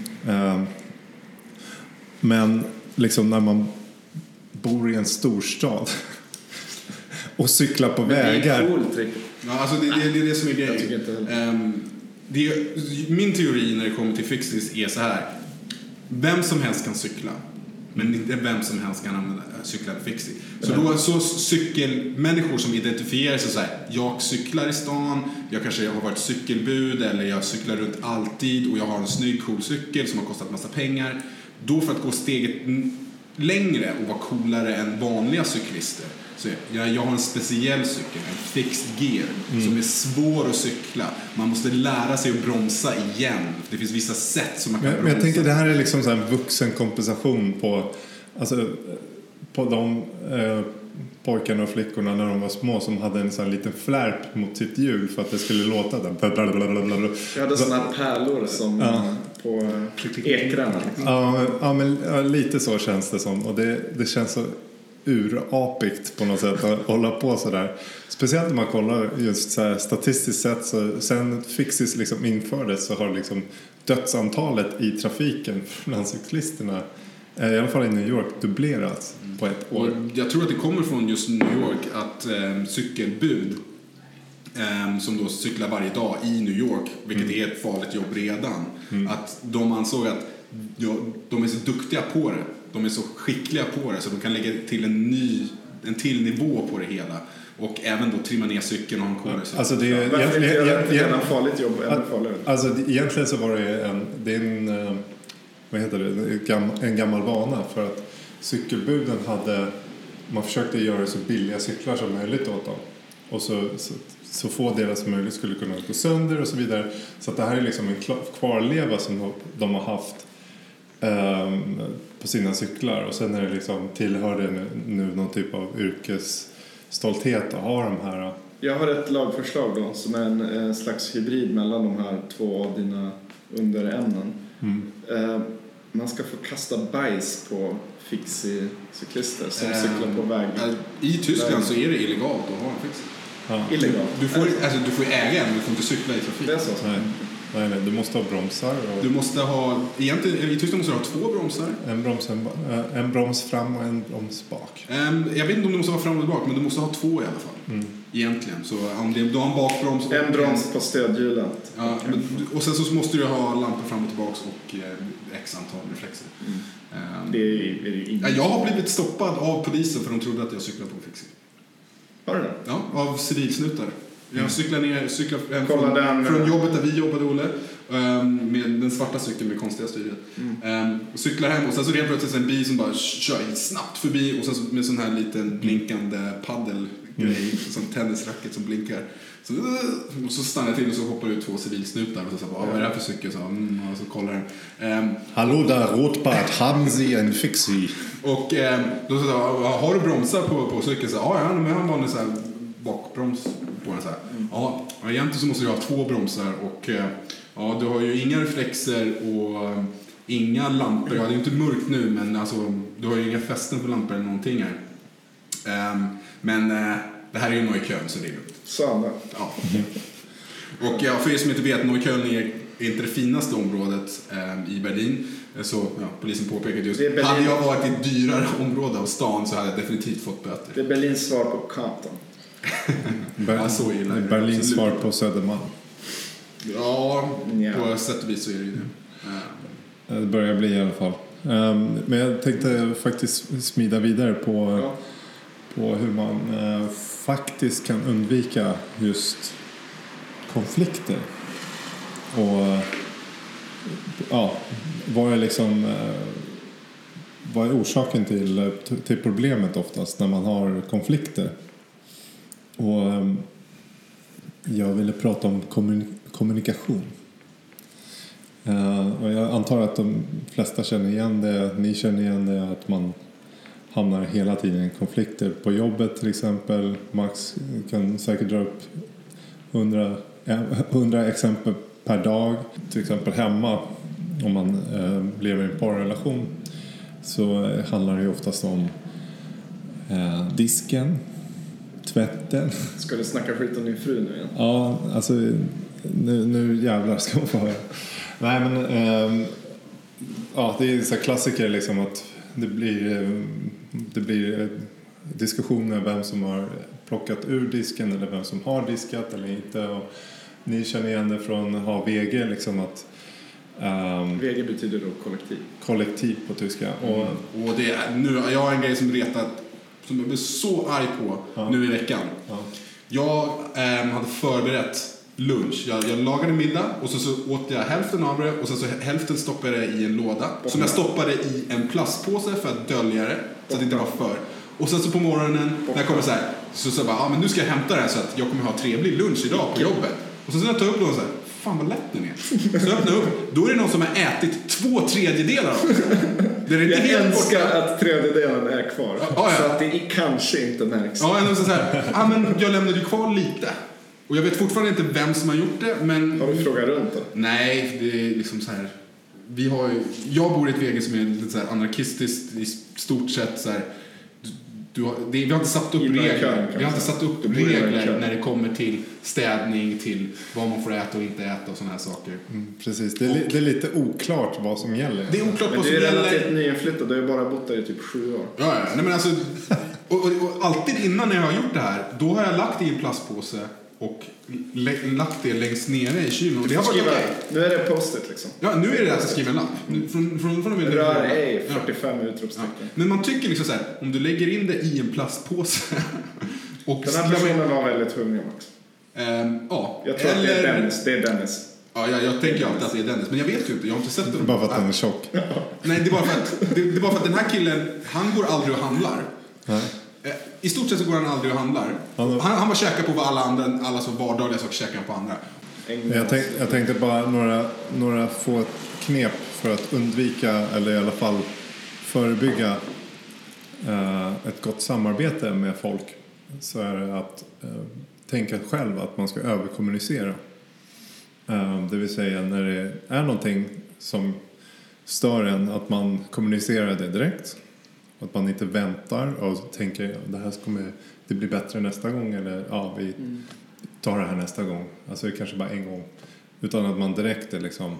Men liksom när man bor i en storstad och cyklar på vägar. Det är coolt. Ja, alltså det är det som är grejen. Min teori när det kommer till fixies är så här: vem som helst kan cykla, men inte vem som helst kan cykla en fixie. Så cykelmänniskor som identifierar sig så här: jag cyklar i stan, jag kanske har varit cykelbud, eller jag cyklar runt alltid och jag har en snygg cool cykel som har kostat massa pengar. Då, för att gå steget längre och vara coolare än vanliga cyklister, så jag har en speciell cykel, en fixed gear, som är svår att cykla. Man måste lära sig att bromsa igen. Det finns vissa sätt som man kan bromsa. Men jag tänker det här är liksom så här vuxenkompensation på de pojkarna och flickorna när de var små, som hade en sån här liten flärp mot sitt hjul för att det skulle låta där. Jag hade såna här pärlor som på ekrarna. Men lite så känns det som, och det känns så urapigt på något sätt att hålla på så där. Speciellt när man kollar just så här statistiskt sett, så sen fixies liksom infördes, så har liksom dödsantalet i trafiken bland cyklisterna i alla fall i New York, dubblerats på ett år. Och jag tror att det kommer från just New York att cykelbud som då cyklar varje dag i New York, vilket är ett farligt jobb redan, att de ansåg att de är så duktiga på det, de är så skickliga på det så de kan lägga till en till nivå på det hela och även då trimma ner cykeln och ha en kår. Alltså det är egentligen ett farligt jobb ännu farligare. Alltså egentligen så var det en gammal vana, för att cykelbuden man försökte göra det så billiga cyklar som möjligt åt dem. Och så få delar som möjligt skulle kunna gå sönder och så vidare. Så att det här är liksom en kvarleva som de har haft på sina cyklar. Och sen är det liksom, tillhör det nu någon typ av yrkesstolthet att ha de här. Jag har ett lagförslag då som är en slags hybrid mellan de här två av dina underämnen. Man ska få kasta bajs på fixie-cyklister som cyklar på väg. I Tyskland så är det illegalt att ha en fixie. Ja. Illegalt? Du får äga en, du får inte cykla i trafik. Det är så? Nej, du måste ha bromsar. Du måste ha, egentligen i Tyskland måste du ha 2 bromsar. En broms fram och en broms bak. Jag vet inte om du måste ha fram och bak, men du måste ha 2 i alla fall. Egentligen. Så om du har en bakbroms och en broms på stödhjulen. Ja, och sen så måste du ha lampor fram och tillbaks och x antal reflexer. Jag har blivit stoppad av polisen för de trodde att jag cyklade på en fixie. Har du det? Ja, av civilsnutar. Jag cyklade från jobbet där vi jobbade, Olle, med den svarta cykeln med konstiga styret. Cyklar hem och sen så rent plötsligt en bil som bara kör snabbt förbi och sen så med sån här liten blinkande paddelgrej, som tennisracket som blinkar. Så stannar jag till och så hoppar ut 2 civilsnutar och så vad är det här för cykel? Och så kollar den. Hallå där, Rotbart, haben Sie en fixie? Och då sa jag, har du bromsar på cykeln? Så ja, men han var en sån här bakbroms på den så här. Ja, egentligen så måste du ha 2 bromsar och du har ju inga reflexer och inga lampor. Ja, det är ju inte mörkt nu, men alltså, du har ju inga fästen för lampor eller någonting här. Men det här är ju Neukölln, så det är lugnt. Sanna. Ja. Och för er som inte vet, Neukölln är inte det finaste området i Berlin. Så polisen påpekade just hade jag varit i ett dyrare område av stan så hade jag definitivt fått böter. Det är Berlins svar på Kanton. Berlins svar på Södermalm. Ja, på sätt och vis så är det ju det. Det börjar bli i alla fall. Men jag tänkte faktiskt smida vidare på hur man faktiskt kan undvika just konflikter. Och vad är orsaken till problemet oftast när man har konflikter? Och jag ville prata om kommunikation. Och jag antar att de flesta känner igen det. Ni känner igen det, att man hamnar hela tiden i konflikter på jobbet till exempel. Max kan säkert dra upp 100 exempel per dag. Till exempel hemma, om man lever i en parrelation, så handlar det ju oftast om disken, tvätten. Ska du snacka skit om din fru nu igen? Ja, alltså nu jävlar ska man få höra. Nej, men det är så klassiker liksom, att det blir diskussioner vem som har plockat ur disken eller vem som har diskat eller inte. Och ni känner igen det från VG liksom, att VG betyder då kollektiv. Kollektiv på tyska. Och det är, nu, jag har en grej som jag blev så arg på nu i veckan. Jag hade förberett lunch. Jag lagade middag och så åt jag hälften av det och sen så hälften stoppade jag i en låda som jag stoppade i en plastpåse för att dölja det så att det inte var för. Och sen så på morgonen när jag kommer så bara, men nu ska jag hämta det här så att jag kommer ha trevlig lunch idag på jobbet. Och så när jag tar upp det och så här, fan vad lätt den är. Så öppnar upp, då är det någon som har ätit 2/3 av det. Jag önskar att 1/3 är kvar. Så att det kanske inte märks. Men jag lämnade ju kvar lite. Och jag vet fortfarande inte vem som har gjort det, men... Har du frågat runt då? Nej, det är liksom så här... Jag bor i ett läge som är lite så här anarkistiskt i stort sett så här... vi har inte satt upp regler när det kommer till städning, till vad man får äta och inte äta och sådana här saker. Precis, det är lite oklart vad som gäller. Det är oklart vad som gäller. Men det är relativt nyinflyttad, du har ju bara bott där i typ 7 år. Ja, nej, men alltså, och alltid innan när jag har gjort det här, då har jag lagt det i en plastpåse och lagt det längst nere i kylen. Det har varit okej. Nu är det post-it liksom. Ja, nu är det att skriva en lapp. Från rör ej 45 utropstecken. Ja. Men man tycker liksom så här, om du lägger in det i en plastpåse och den här personen var väldigt hungrig, Max. Ja. Jag tror att det är Dennis. Ja, jag tänker alltid att det är Dennis, men jag vet ju inte, jag har inte sett det. Bara för att han är tjock. Nej, det är bara för att den här killen, han går aldrig och handlar. Nej. I stort sett så går han aldrig och handlar. Han bara käkar på vad alla så vardagliga saker käkar på andra. Jag tänkte bara några få knep för att undvika, eller i alla fall förebygga ett gott samarbete med folk. Så är det att tänka själv att man ska överkommunicera. Det vill säga när det är någonting som stör en, att man kommunicerar det direkt. Att man inte väntar och tänker det här kommer det bli bättre nästa gång, eller vi tar det här nästa gång. Alltså det kanske bara en gång. Utan att man direkt är liksom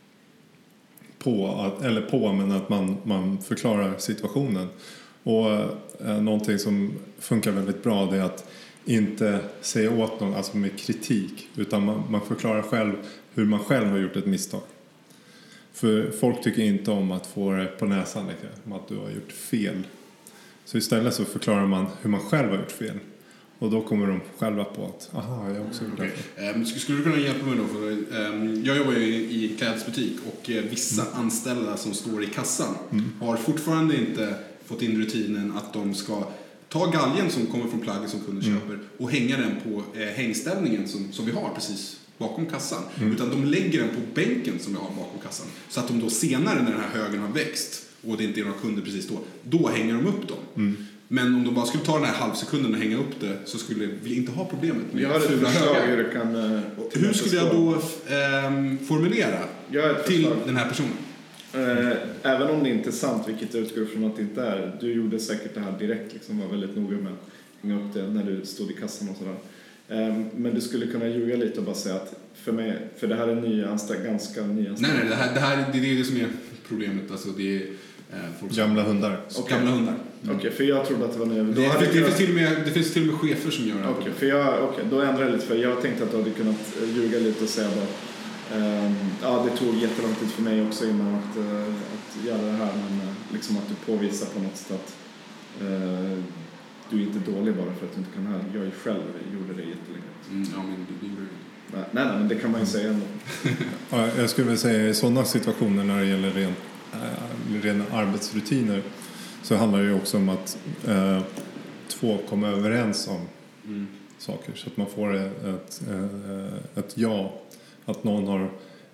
men att man förklarar situationen. Och någonting som funkar väldigt bra, det är att inte säga åt någon, alltså med kritik, utan man förklarar själv hur man själv har gjort ett misstag. För folk tycker inte om att få det på näsan liksom, att du har gjort fel. Så istället så förklarar man hur man själv har gjort fel. Och då kommer de själva på att jag har också gjort det. Skulle du kunna hjälpa mig då? För, jag jobbar ju i en klädesbutik och vissa anställda som står i kassan har fortfarande inte fått in rutinen att de ska ta galgen som kommer från plagget som kunden köper och hänga den på hängställningen som vi har precis bakom kassan. Utan de lägger den på bänken som vi har bakom kassan. Så att de då senare när den här högen har växt och det inte är några kunder precis då hänger de upp dem. Men om de bara skulle ta den här halvsekunden och hänga upp det, så skulle vi inte ha problemet med fula högar. Hur skulle jag då formulera till den här personen? Även om det inte är sant, vilket jag utgår från att det inte är. Du gjorde säkert det här direkt, liksom, var väldigt noga med att hänga upp det när du stod i kassan och sådär. Men du skulle kunna ljuga lite och bara säga att för det här är ganska nyanställd. Nej, det är det som är problemet. Alltså det är gamla hundar. Gamla hundar. Okej, för jag trodde att det var nya. Det finns till och med chefer som gör det. Okej, då ändrar jag lite, för jag tänkte att du hade kunnat ljuga lite och säga att det tog jättelång tid för mig också innan att göra det här, men liksom att du påvisar på något sätt att du är inte dålig bara för att du inte kan här. Jag själv gjorde det jättelänge. Ja, men du gjorde det. Nej, men det kan man ju säga ändå. Ja, jag skulle väl säga i sådana situationer när det gäller rena arbetsrutiner, så handlar det ju också om att två kommer överens om saker, så att man får ett ja, att någon har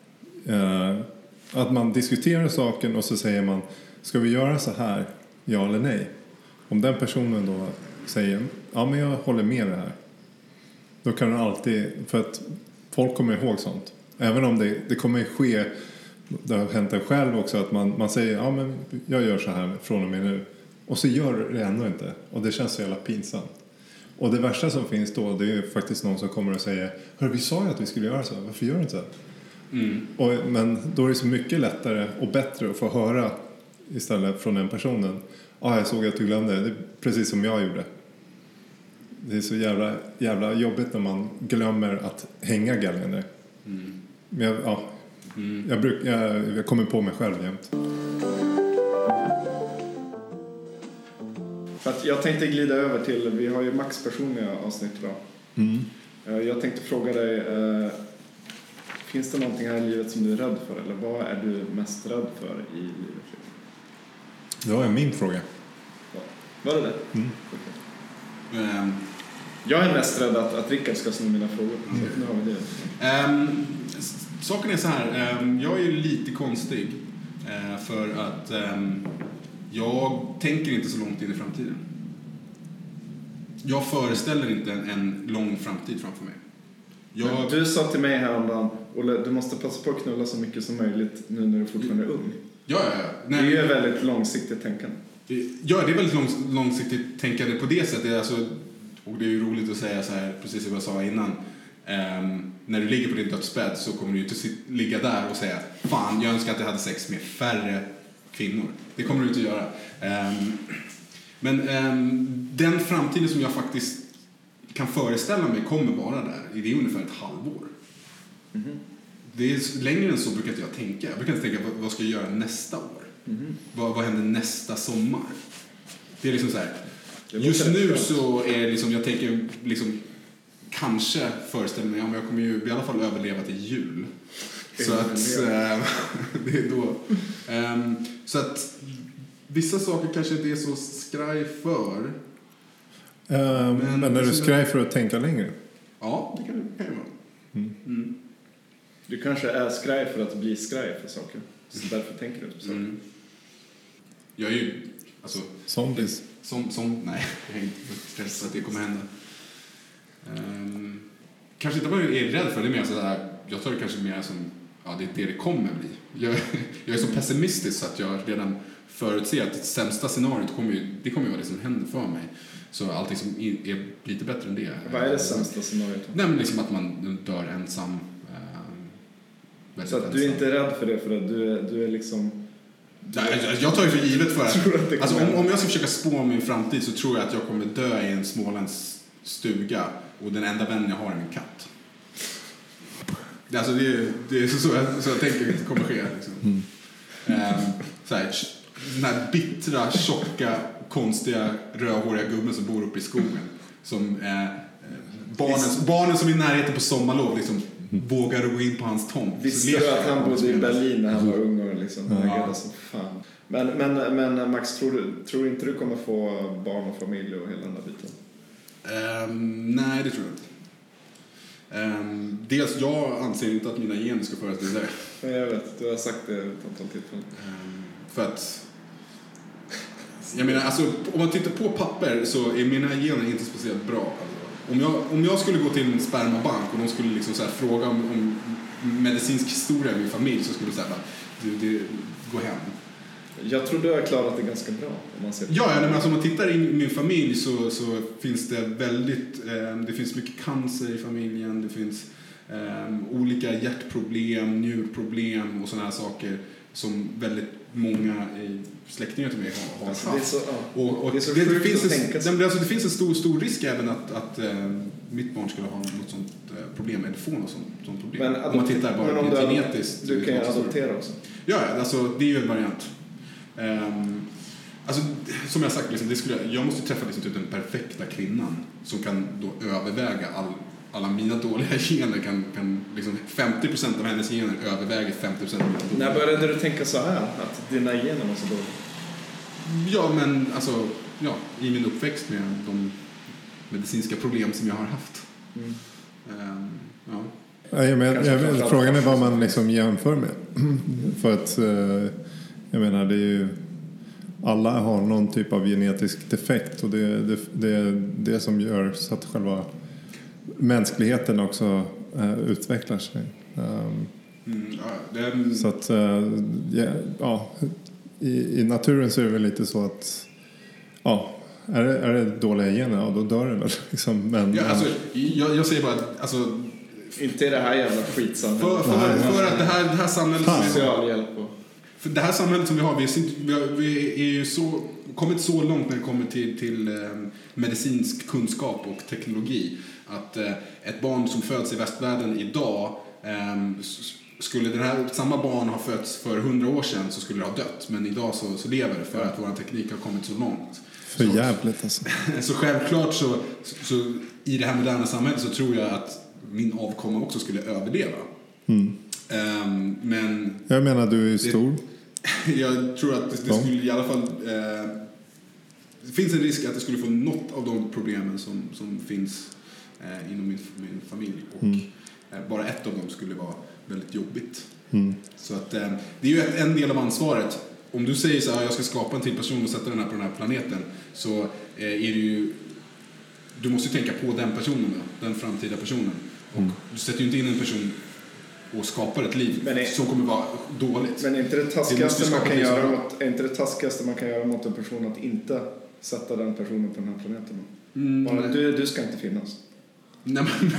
att man diskuterar saken och så säger man, ska vi göra så här, ja eller nej? Om den personen då säger, ja men jag håller med det här, då kan du alltid, för att folk kommer ihåg sånt, även om det kommer ske. Det har hänt en själv också att man säger, ja men jag gör så här från och med nu, och så gör det ändå inte, och det känns så jävla pinsamt. Och det värsta som finns då, det är faktiskt någon som kommer och säger, hörru, vi sa ju att vi skulle göra så här, varför gör du inte så här? Men då är det så mycket lättare och bättre att få höra istället från den personen, jag såg att du glömde det är precis som jag gjorde. Det är så jävla jobbigt när man glömmer att hänga galgen där. Men jag kommer på mig själv jämt. För att jag tänkte glida över till, vi har ju Max personliga avsnitt idag. Jag tänkte fråga dig, finns det någonting här i livet som du är rädd för? Eller vad är du mest rädd för i livet? Det var min fråga. Var det det? Jag är mest rädd att Rickard ska sno mina frågor. Så nu har vi det. Saken är så här, jag är ju lite konstig för att jag tänker inte så långt in i framtiden. Jag föreställer inte en lång framtid framför mig. Du sa till mig häromdagen, Olle, du måste passa på att knulla så mycket som möjligt nu när du fortfarande är ung. Ja. Det är ju väldigt långsiktigt tänkande. Ja, det är väldigt långsiktigt tänkande på det sättet. Alltså, och det är ju roligt att säga så här, precis som jag sa innan. När du ligger på din dödsbädd så kommer du ju inte ligga där och säga fan, jag önskar att jag hade sex med färre kvinnor. Det kommer du inte göra. Men den framtiden som jag faktiskt kan föreställa mig kommer vara där. Det är ungefär ett halvår. Mm-hmm. Det är längre än så brukar inte jag tänka. Jag brukar inte tänka vad ska jag göra nästa år. Mm-hmm. Vad händer nästa sommar? Det är liksom så här. Just nu så är det liksom, jag tänker liksom kanske föreställa mig, jag kommer ju i alla fall överleva till jul. Så att det är då. Så att vissa saker kanske inte är så skraj för. Men är du skraj för att tänka längre? Ja, det kan ju vara. Mm. Du kanske är skraj för att bli skraj för saker. Så därför tänker du på saker. Mm. Jag är ju alltså zombies. Nej, jag är inte stressad att det kommer hända. Kanske inte bara är rädd för det, mer så här, jag tar det kanske mer som det kommer bli. Jag är så pessimistisk så att jag redan förutser att det sämsta scenariot kommer ju vara det som händer för mig. Så allting som är lite bättre än det. Vad är det sämsta scenariot? Nej, men liksom att man dör ensam. Så att du är inte rädd för det, för att du är liksom... Nej, jag tar ju för givet för att alltså, om jag ska försöka spå min framtid så tror jag att jag kommer dö i en Smålands stuga och den enda vännen jag har är min katt. Alltså det är så jag tänker att det kommer ske liksom. Så här, den här bittra, tjocka, konstiga, rödhåriga gubben som bor uppe i skogen som barnen som är i närheten på sommarlov liksom vågar gå in på hans tomt. Visste du att han bodde i Berlin när han var ung och liksom som fan. Men Max, tror inte du kommer få barn och familj och hela den där biten? Nej, det tror jag inte. Dels jag anser inte att mina gener ska föras vidare. Jag vet, du har sagt det ett antal tillfällen. För att jag menar, alltså, om man tittar på papper så är mina gener inte speciellt bra. Alltså, om jag skulle gå till en spermabank och de skulle liksom så här fråga om medicinsk historia i min familj så skulle jag säga du gå hem. Jag tror du har klarat det ganska bra. Om man ser men alltså, om man tittar i min familj så finns det väldigt det finns mycket cancer i familjen, det finns olika hjärtproblem, njurproblem och såna här saker som väldigt många släktingar till mig har haft. Det finns en stor risk även att mitt barn skulle ha något sånt problem eller få något sånt problem. Men om man tittar bara genetiskt. Du kan ju adoptera också. Ja, alltså det är ju en variant. Alltså, som jag sagt, liksom, jag måste träffa liksom, typ den perfekta kvinnan som kan då överväga alla mina dåliga gener. Kan liksom, 50% av hennes gener överväger 50% av mina dåliga. När började du tänka så här? Att dina gener var så dåliga? Ja, men alltså, i min uppväxt med de medicinska problem som jag har haft. Frågan är vad man liksom jämför med. För att jag menar, det är ju alla har någon typ av genetisk defekt och det är det som gör så att själva mänskligheten också utvecklar sig. Så att i naturen så är det väl lite så att är det dåliga gener, då dör det väl liksom. Men jag säger bara att alltså, inte är det här jävla skitsamhället. För att det här samhället för det här samhället som vi har, vi är ju kommit så långt när det kommer till medicinsk kunskap och teknologi att ett barn som föds i västvärlden idag skulle samma barn ha fötts för 100 år sedan så skulle det ha dött, men idag så lever det för att vår teknik har kommit så långt. För jävligt alltså. Så självklart så i det här moderna samhället så tror jag att min avkomma också skulle överleva. Men jag menar, du är stor. Jag tror att det skulle i alla fall det finns en risk att det skulle få något av de problemen som finns inom min familj och bara ett av dem skulle vara väldigt jobbigt. Så att det är ju en del av ansvaret. Om du säger så här, jag ska skapa en till person och sätta den här på den här planeten, så är det ju, du måste ju tänka på den personen då, den framtida personen. Och du sätter ju inte in en person och skapar ett liv som kommer vara dåligt. Men är inte det taskigaste man kan göra mot en person att inte sätta den personen på den här planeten? Bara du ska inte finnas. Nej, men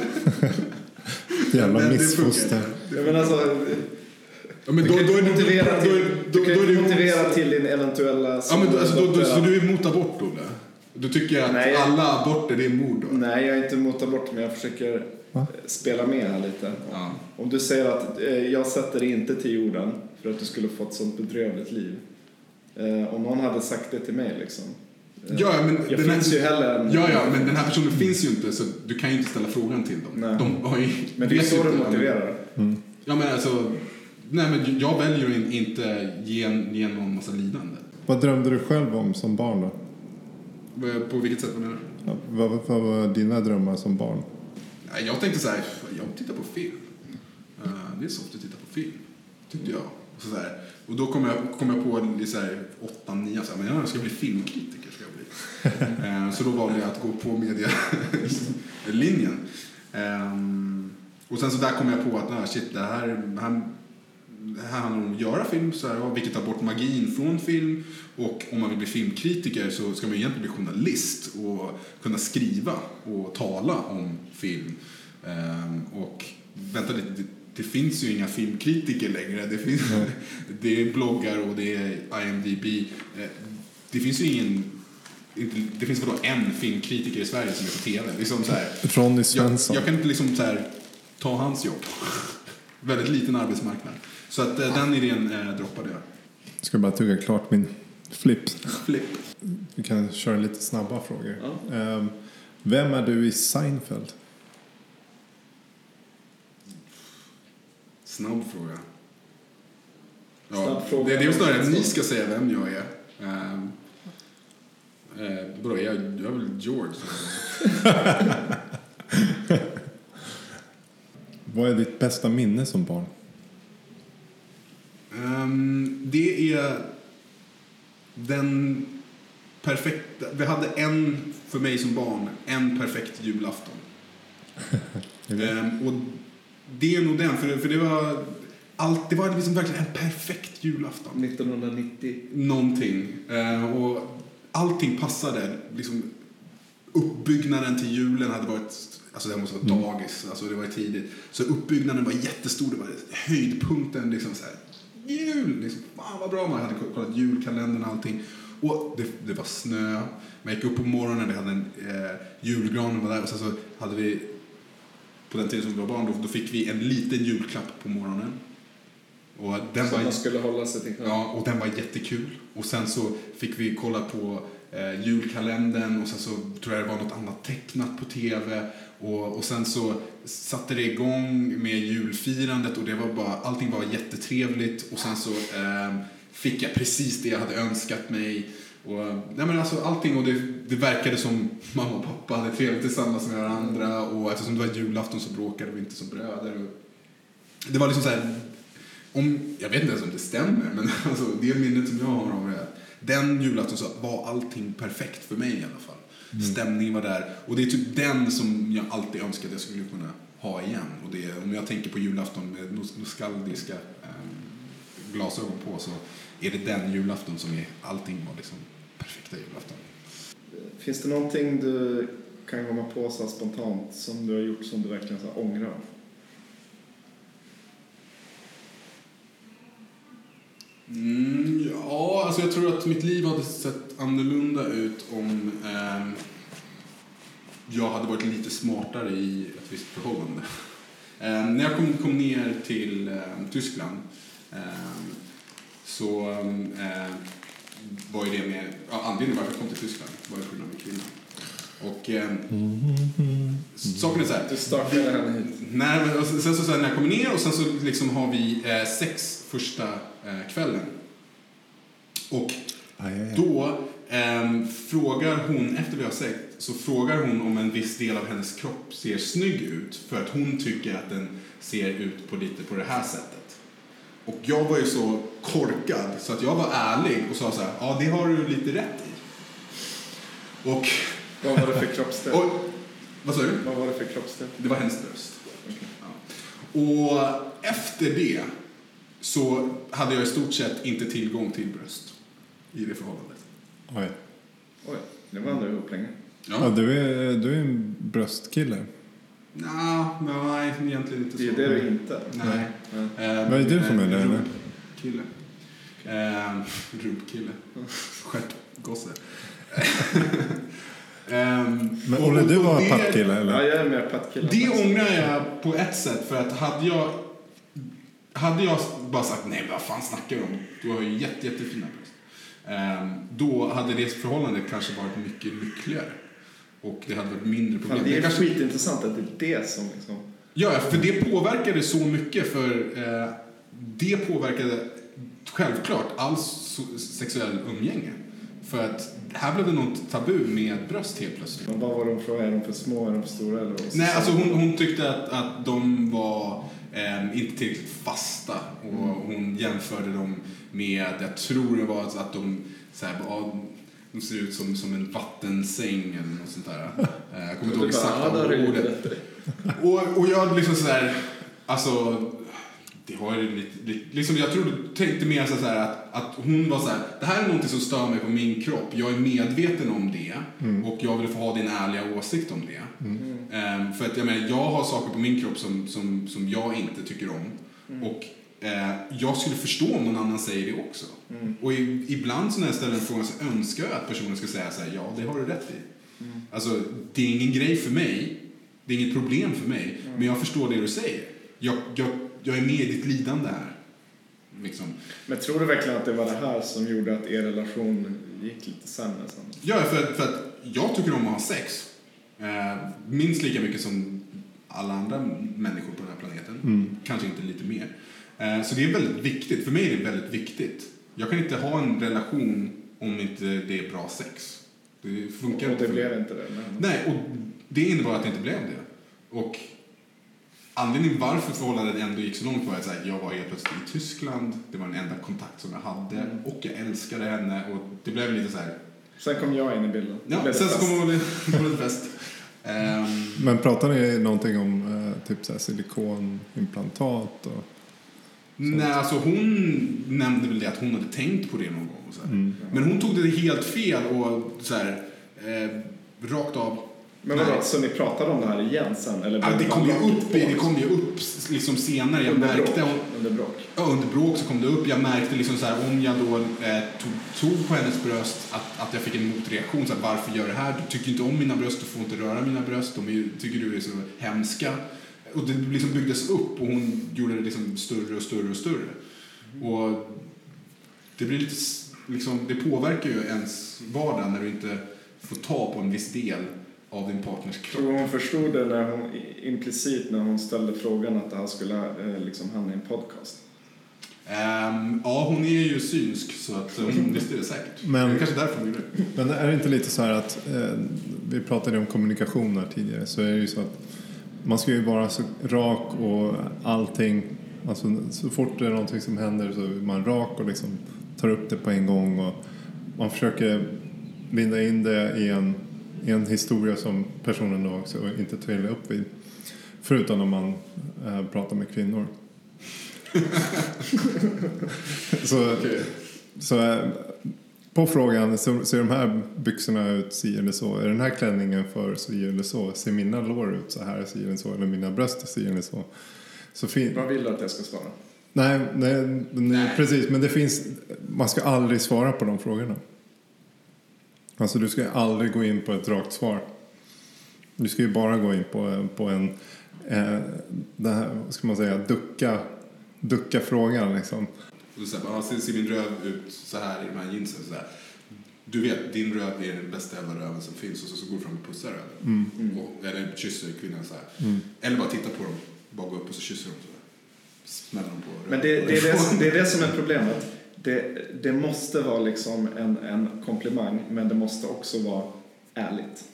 jävla missfoster. Men alltså, ja, men då är du motiverad till din eventuella... Ja, men så du är emot abort då? Du tycker att alla aborter är mord då? Nej, jag är inte emot abort, men jag försöker spela med här lite. Ja. Om du säger att jag sätter dig inte till jorden för att du skulle få ett sånt bedrövligt liv. Om någon hade sagt det till mig liksom. Ja, men jag finns ju heller men den här personen finns ju inte, så du kan ju inte ställa frågan till dem. Nej. De har ju, men det är så du motiverar. Ja, men alltså, nej, men jag väljer att inte ge någon massa lidande. Vad drömde du själv om som barn då? På vilket sätt menar du? Ja, vad var dina drömmar som barn? Jag tänkte så här, jag tittar på film. Det är så ofta att titta på film, tyckte jag. Så här. Och då kom jag på så här 8-9, så här, men jag ska bli filmkritiker. Ska jag bli. Så då valde jag att gå på media-linjen. Och sen så där kom jag på att shit, det här handlar om att göra film, så här, vilket tar bort magin från film. Och om man vill bli filmkritiker så ska man egentligen bli journalist och kunna skriva och tala om film. Och vänta lite, det finns ju inga filmkritiker längre. Det är bloggar och det är IMDb. Det finns ju det finns väl en filmkritiker i Sverige som är på TV. Liksom så här, Ronny Svensson. Jag kan inte liksom så här, ta hans jobb. Väldigt liten arbetsmarknad. Så att den idén droppade jag. Jag ska bara tugga klart min flip. Flip. Vi kan köra lite snabba frågor. Ja. Vem är du i Seinfeld? Snabb fråga. Ja, Snabb fråga. det är snarare att ni ska säga vem jag är. Bra, jag är väl George. Vad är ditt bästa minne som barn? Det är den perfekta... Vi hade för mig som barn, en perfekt julafton. Och det är nog den, för det var liksom verkligen en perfekt julafton. 1990. Någonting. Och allting passade. Liksom, uppbyggnaden till julen hade varit... Alltså det måste vara dagis. Alltså det var tidigt. Så uppbyggnaden var jättestor. Det var höjdpunkten. Liksom så här, jul! Liksom, fan vad bra. Man hade kollat julkalendern och allting. Och det var snö. Man gick upp på morgonen. Vi hade en julgran var där. Och sen så hade vi... På den tiden som vi var barn, då fick vi en liten julklapp på morgonen. Och den man skulle hålla sig till. Ja, och den var jättekul. Och sen så fick vi kolla på julkalendern. Och sen så tror jag det var något annat tecknat på tv. Och sen så satte det igång med julfirandet. Och det var bara, allting var jättetrevligt. Och sen så fick jag precis det jag hade önskat mig. Och, nej men alltså allting, och det verkade som mamma och pappa hade trevligt tillsammans med varandra, och eftersom det var julafton så bråkade vi inte som bröder. Och det var liksom så här, jag vet inte ens om det stämmer, men alltså, det minnet som jag har av det, den julafton så var allting perfekt för mig i alla fall. Stämningen var där, och det är typ den som jag alltid önskat att jag skulle kunna ha igen. Och det, om jag tänker på julafton med nostalgiska glasögon på, så är det den julafton som är allting var liksom perfekta julafton. Finns det någonting du kan komma på så spontant som du har gjort som du verkligen så ångrar? Ja, alltså jag tror att mitt liv hade sett annorlunda ut om jag hade varit lite smartare i ett visst förhållande. När jag kom ner till Tyskland så var ju det med... anledningen varför jag kom till Tyskland var ju på grund av min kvinna. Och saken är så här... Du startade henne hit. Nej, och sen så när jag kommer ner och sen så liksom har vi sex första kvällen. Och då frågar hon, efter vi har sex, så frågar hon om en viss del av hennes kropp ser snygg ut. För att hon tycker att den ser ut på det här sättet. Och jag var ju så korkad så att jag var ärlig och sa så här: ja, det har du lite rätt i. Och vad var det för kroppsdel? Vad sa du? Vad var det för kroppsdel? Det var hennes bröst. Okay. Ja. Och efter det så hade jag i stort sett inte tillgång till bröst i det förhållandet. Oj, det var ändå ihop länge. Ja, du är en bröstkille. Nej, egentligen inte så. Det är det du inte. Nej. Vad är du som är det? Rumpkille. Rumpkille. Stjärtgosse. Men Olle, du var pattkille eller? Ja, jag är med pattkille. Det ångrar jag på ett sätt, för att hade jag bara sagt nej, vad fan snackar du om? Du har ju jättefina bröst. Då hade det förhållandet kanske varit mycket lyckligare. Och det hade varit mindre problem. Fan, det är kanske skitintressant att det är det som liksom... Ja, för det påverkade så mycket. För det påverkade självklart all sexuell umgänge. För att här blev det något tabu med bröst helt plötsligt. Men vad var de frågade? Är de för små? Är de för stora? Eller Nej, alltså hon tyckte att de var inte tillräckligt fasta. Och hon jämförde dem med, jag tror det var att de så här, de ser ut som en vattensäng eller något sånt där. Jag kommer inte ihåg exakt ordet. Och jag liksom så här, alltså det har ju lite liksom, jag tänkte mer så här att hon var så här, det här är något som stör mig på min kropp. Jag är medveten om det och jag vill få ha din ärliga åsikt om det. För att jag har saker på min kropp som jag inte tycker om. Och jag skulle förstå om någon annan säger det också. Och ibland så när jag ställer en fråga så önskar jag att personen ska säga så här, ja, det har du rätt i. Alltså, det är ingen grej för mig. Det är inget problem för mig. Men jag förstår det du säger. Jag är med i ditt lidande här. Liksom. Men tror du verkligen att det var det här som gjorde att er relation gick lite sämre sen? Ja, för att jag tycker om att ha sex. Minst lika mycket som alla andra människor på den här planeten. Kanske inte lite mer. Så det är väldigt viktigt. För mig är det väldigt viktigt. Jag kan inte ha en relation om inte det är bra sex. Det funkar och det blev inte det. Nej, och det innebar att det inte blev det. Och anledningen varför förhållandet ändå gick så långt var att jag var helt plötsligt i Tyskland. Det var den enda kontakt som jag hade. Och jag älskade henne. Och det blev lite så här. Sen kom jag in i bilden. Ja, sen så kom hon lite fest. Men pratar ni någonting om typ så här silikonimplantat och... Nej, alltså hon nämnde väl det att hon hade tänkt på det någon gång. Och så här. Men hon tog det helt fel och så här, rakt av. Men vadå, så ni pratade om det här igen sen? Eller ja, det kom ju upp liksom senare. Jag märkte under bråk? Ja, under bråk så kom det upp. Jag märkte liksom så här, om jag då tog på hennes bröst att jag fick en motreaktion. Så här, varför gör det här? Du tycker inte om mina bröst, du får inte röra mina bröst. Tycker du är så hemska. Och det liksom byggdes upp och hon gjorde det liksom större och större och större. Och det blir lite liksom, det påverkar ju ens vardag när du inte får ta på en viss del av din partners kropp. Tror hon förstod det när hon, implicit när hon ställde frågan att det här skulle liksom hamna i en podcast? Ja, hon är ju synsk så att hon visste det säkert. Men, det är kanske därför hon gjorde det. Men är det inte lite så här att vi pratade om kommunikation här tidigare, så är det ju så att man ska ju vara så rak och allting, alltså så fort det är någonting som händer så är man rak och liksom tar upp det på en gång och man försöker binda in det i en historia som personen då också inte trillar upp vid, förutom om man pratar med kvinnor. Så på frågan, ser de här byxorna ut si eller så? Är den här klänningen för si eller så? Ser mina lår ut så här si eller så? Eller mina bröst si eller så? Vad vill du att jag ska svara? Nej, precis. Men det finns, man ska aldrig svara på de frågorna. Alltså du ska aldrig gå in på ett rakt svar. Du ska ju bara gå in på en det här, vad ska man säga, ducka frågan liksom. Och så här, ser min röv ut så här i de här jeansen så här. Du vet, din röv är den bästa jävla röven som finns, och så går du fram och pussar röven. Eller kysser kvinnan så här. Eller bara titta på dem, bara gå upp och så kysser de så där. Smäller dem på röven. Men det är det som är problemet. Det måste vara liksom en komplimang, men det måste också vara ärligt.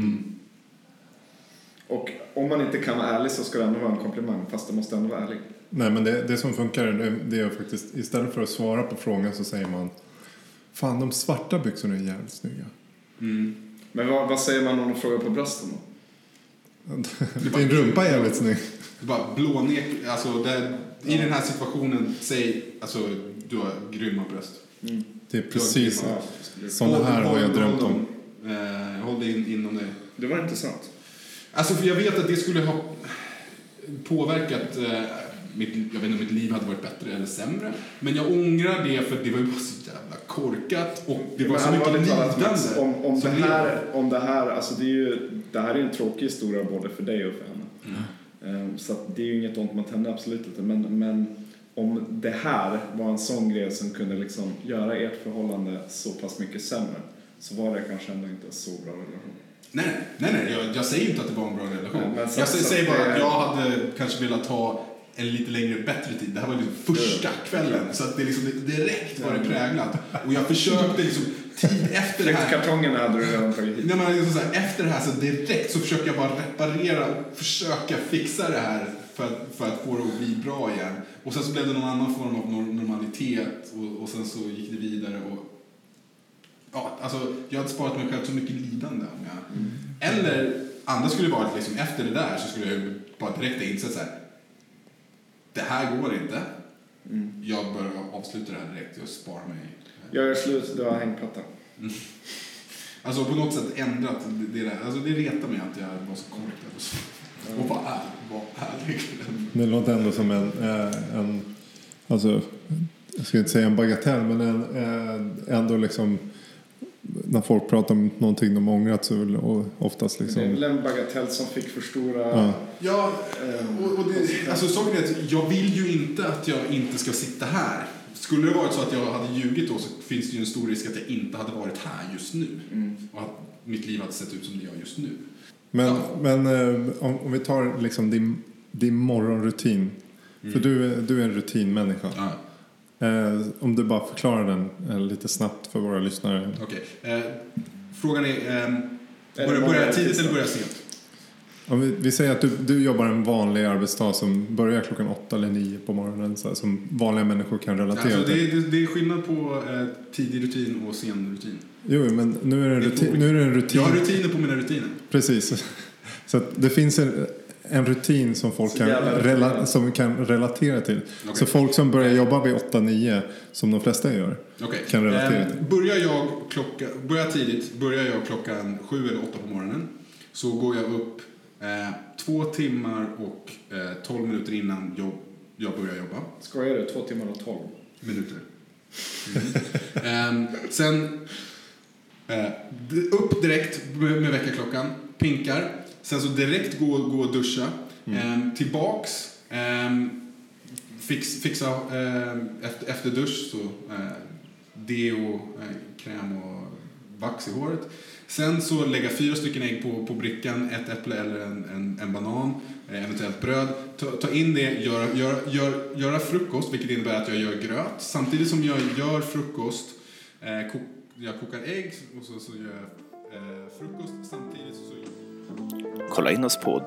Och om man inte kan vara ärlig så ska det ändå vara en komplimang, fast det måste ändå vara ärlig. Nej, men det som funkar det är faktiskt, istället för att svara på frågan så säger man, fan, de svarta byxorna är jävligt snygga. Men vad säger man om de frågar på brösten då? Din rumpa är jävligt snygg. Det bara blånek, alltså i den här situationen, säg, alltså du har grymma bröst. Det är precis sådana här har jag drömt om. Håll dig inom det. Det var intressant. Alltså för jag vet att det skulle ha påverkat jag vet inte om mitt liv hade varit bättre eller sämre. Men jag ångrar det för det var ju bara så jävla korkat och det var så mycket lidande. Om det här, alltså det här är en tråkig historia både för dig och för henne. Så att det är ju inget ont mot henne, absolut inte. Men om det här var en sån grej som kunde liksom göra ert förhållande så pass mycket sämre, så var det kanske ändå inte en så bra relation. Nej, jag säger inte att det var en bra relation. Nej, jag säger bara att jag hade kanske velat ha en lite längre, bättre tid. Det här var liksom första kvällen, så att det liksom direkt var det präglat. Och jag försökte liksom tid efter det här. Kartongerna hade du redan tagit hit. Nej, men liksom så här, efter det här så direkt så försöker jag bara reparera och försöka fixa det här för att få det att bli bra igen. Och sen så blev det någon annan form av normalitet och sen så gick det vidare och ja, alltså jag hade sparat mig själv så mycket lidande om jag. Eller andra skulle vara liksom efter det där så skulle jag bara direkt insett så här: det här går inte. Jag bör avsluta det här direkt. Jag sparar mig. Jag är slut, du har hängplatta. Alltså på något sätt ändrat det där. Alltså det retar mig att jag var så korkad och så. Och vad ärlig. Det låter ändå som en alltså, jag ska inte säga en bagatell, men ändå liksom när folk pratar om någonting de ångrat så vill oftast liksom... Det är väl en bagatell som fick förstora... Ja, och det, alltså saken är att jag vill ju inte att jag inte ska sitta här. Skulle det varit så att jag hade ljugit då så finns det ju en stor risk att jag inte hade varit här just nu. Och att mitt liv hade sett ut som det gör just nu. Men om vi tar liksom din morgonrutin. För du är en rutinmänniska. Ja. Om du bara förklarar den lite snabbt för våra lyssnare. Okej. Frågan är, börjar jag tidigt eller börjar jag sent? Om vi säger att du jobbar en vanlig arbetsdag som börjar 8 eller 9 på morgonen, så här, som vanliga människor kan relatera alltså, till. Det är skillnad på tidig rutin och sen rutin. Jo, men nu är det en rutin. Jag har rutiner på mina rutiner. Precis. Så att det finns en rutin som folk kan relatera till. Okay. Så folk som börjar jobba vid 8-9, som de flesta gör, kan relatera till. Börjar tidigt, börjar jag klockan 7 eller 8 på morgonen, så går jag upp 2 timmar och 12 minuter innan jag börjar jobba. Skojar du? 2 timmar och 12 minuter. Sen upp direkt med väckarklockan, pinkar. Sen så direkt gå och duscha. Tillbaks. Fixa efter dusch så deo, kräm och vax i håret. Sen så lägga 4 stycken ägg på brickan, ett äpple eller en banan, eventuellt bröd. Ta in det, göra frukost, vilket innebär att jag gör gröt. Samtidigt som jag gör frukost, jag kokar ägg och så gör jag frukost. Samtidigt så kolla in oss på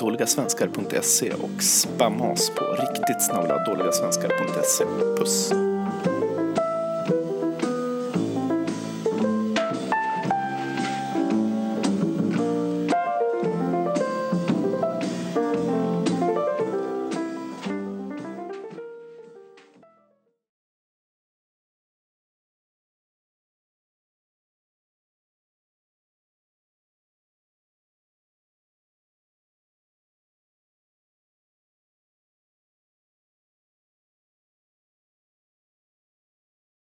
dåligasvenskar.se och spamma oss på riktigt snabla dåligasvenskar.se. Puss!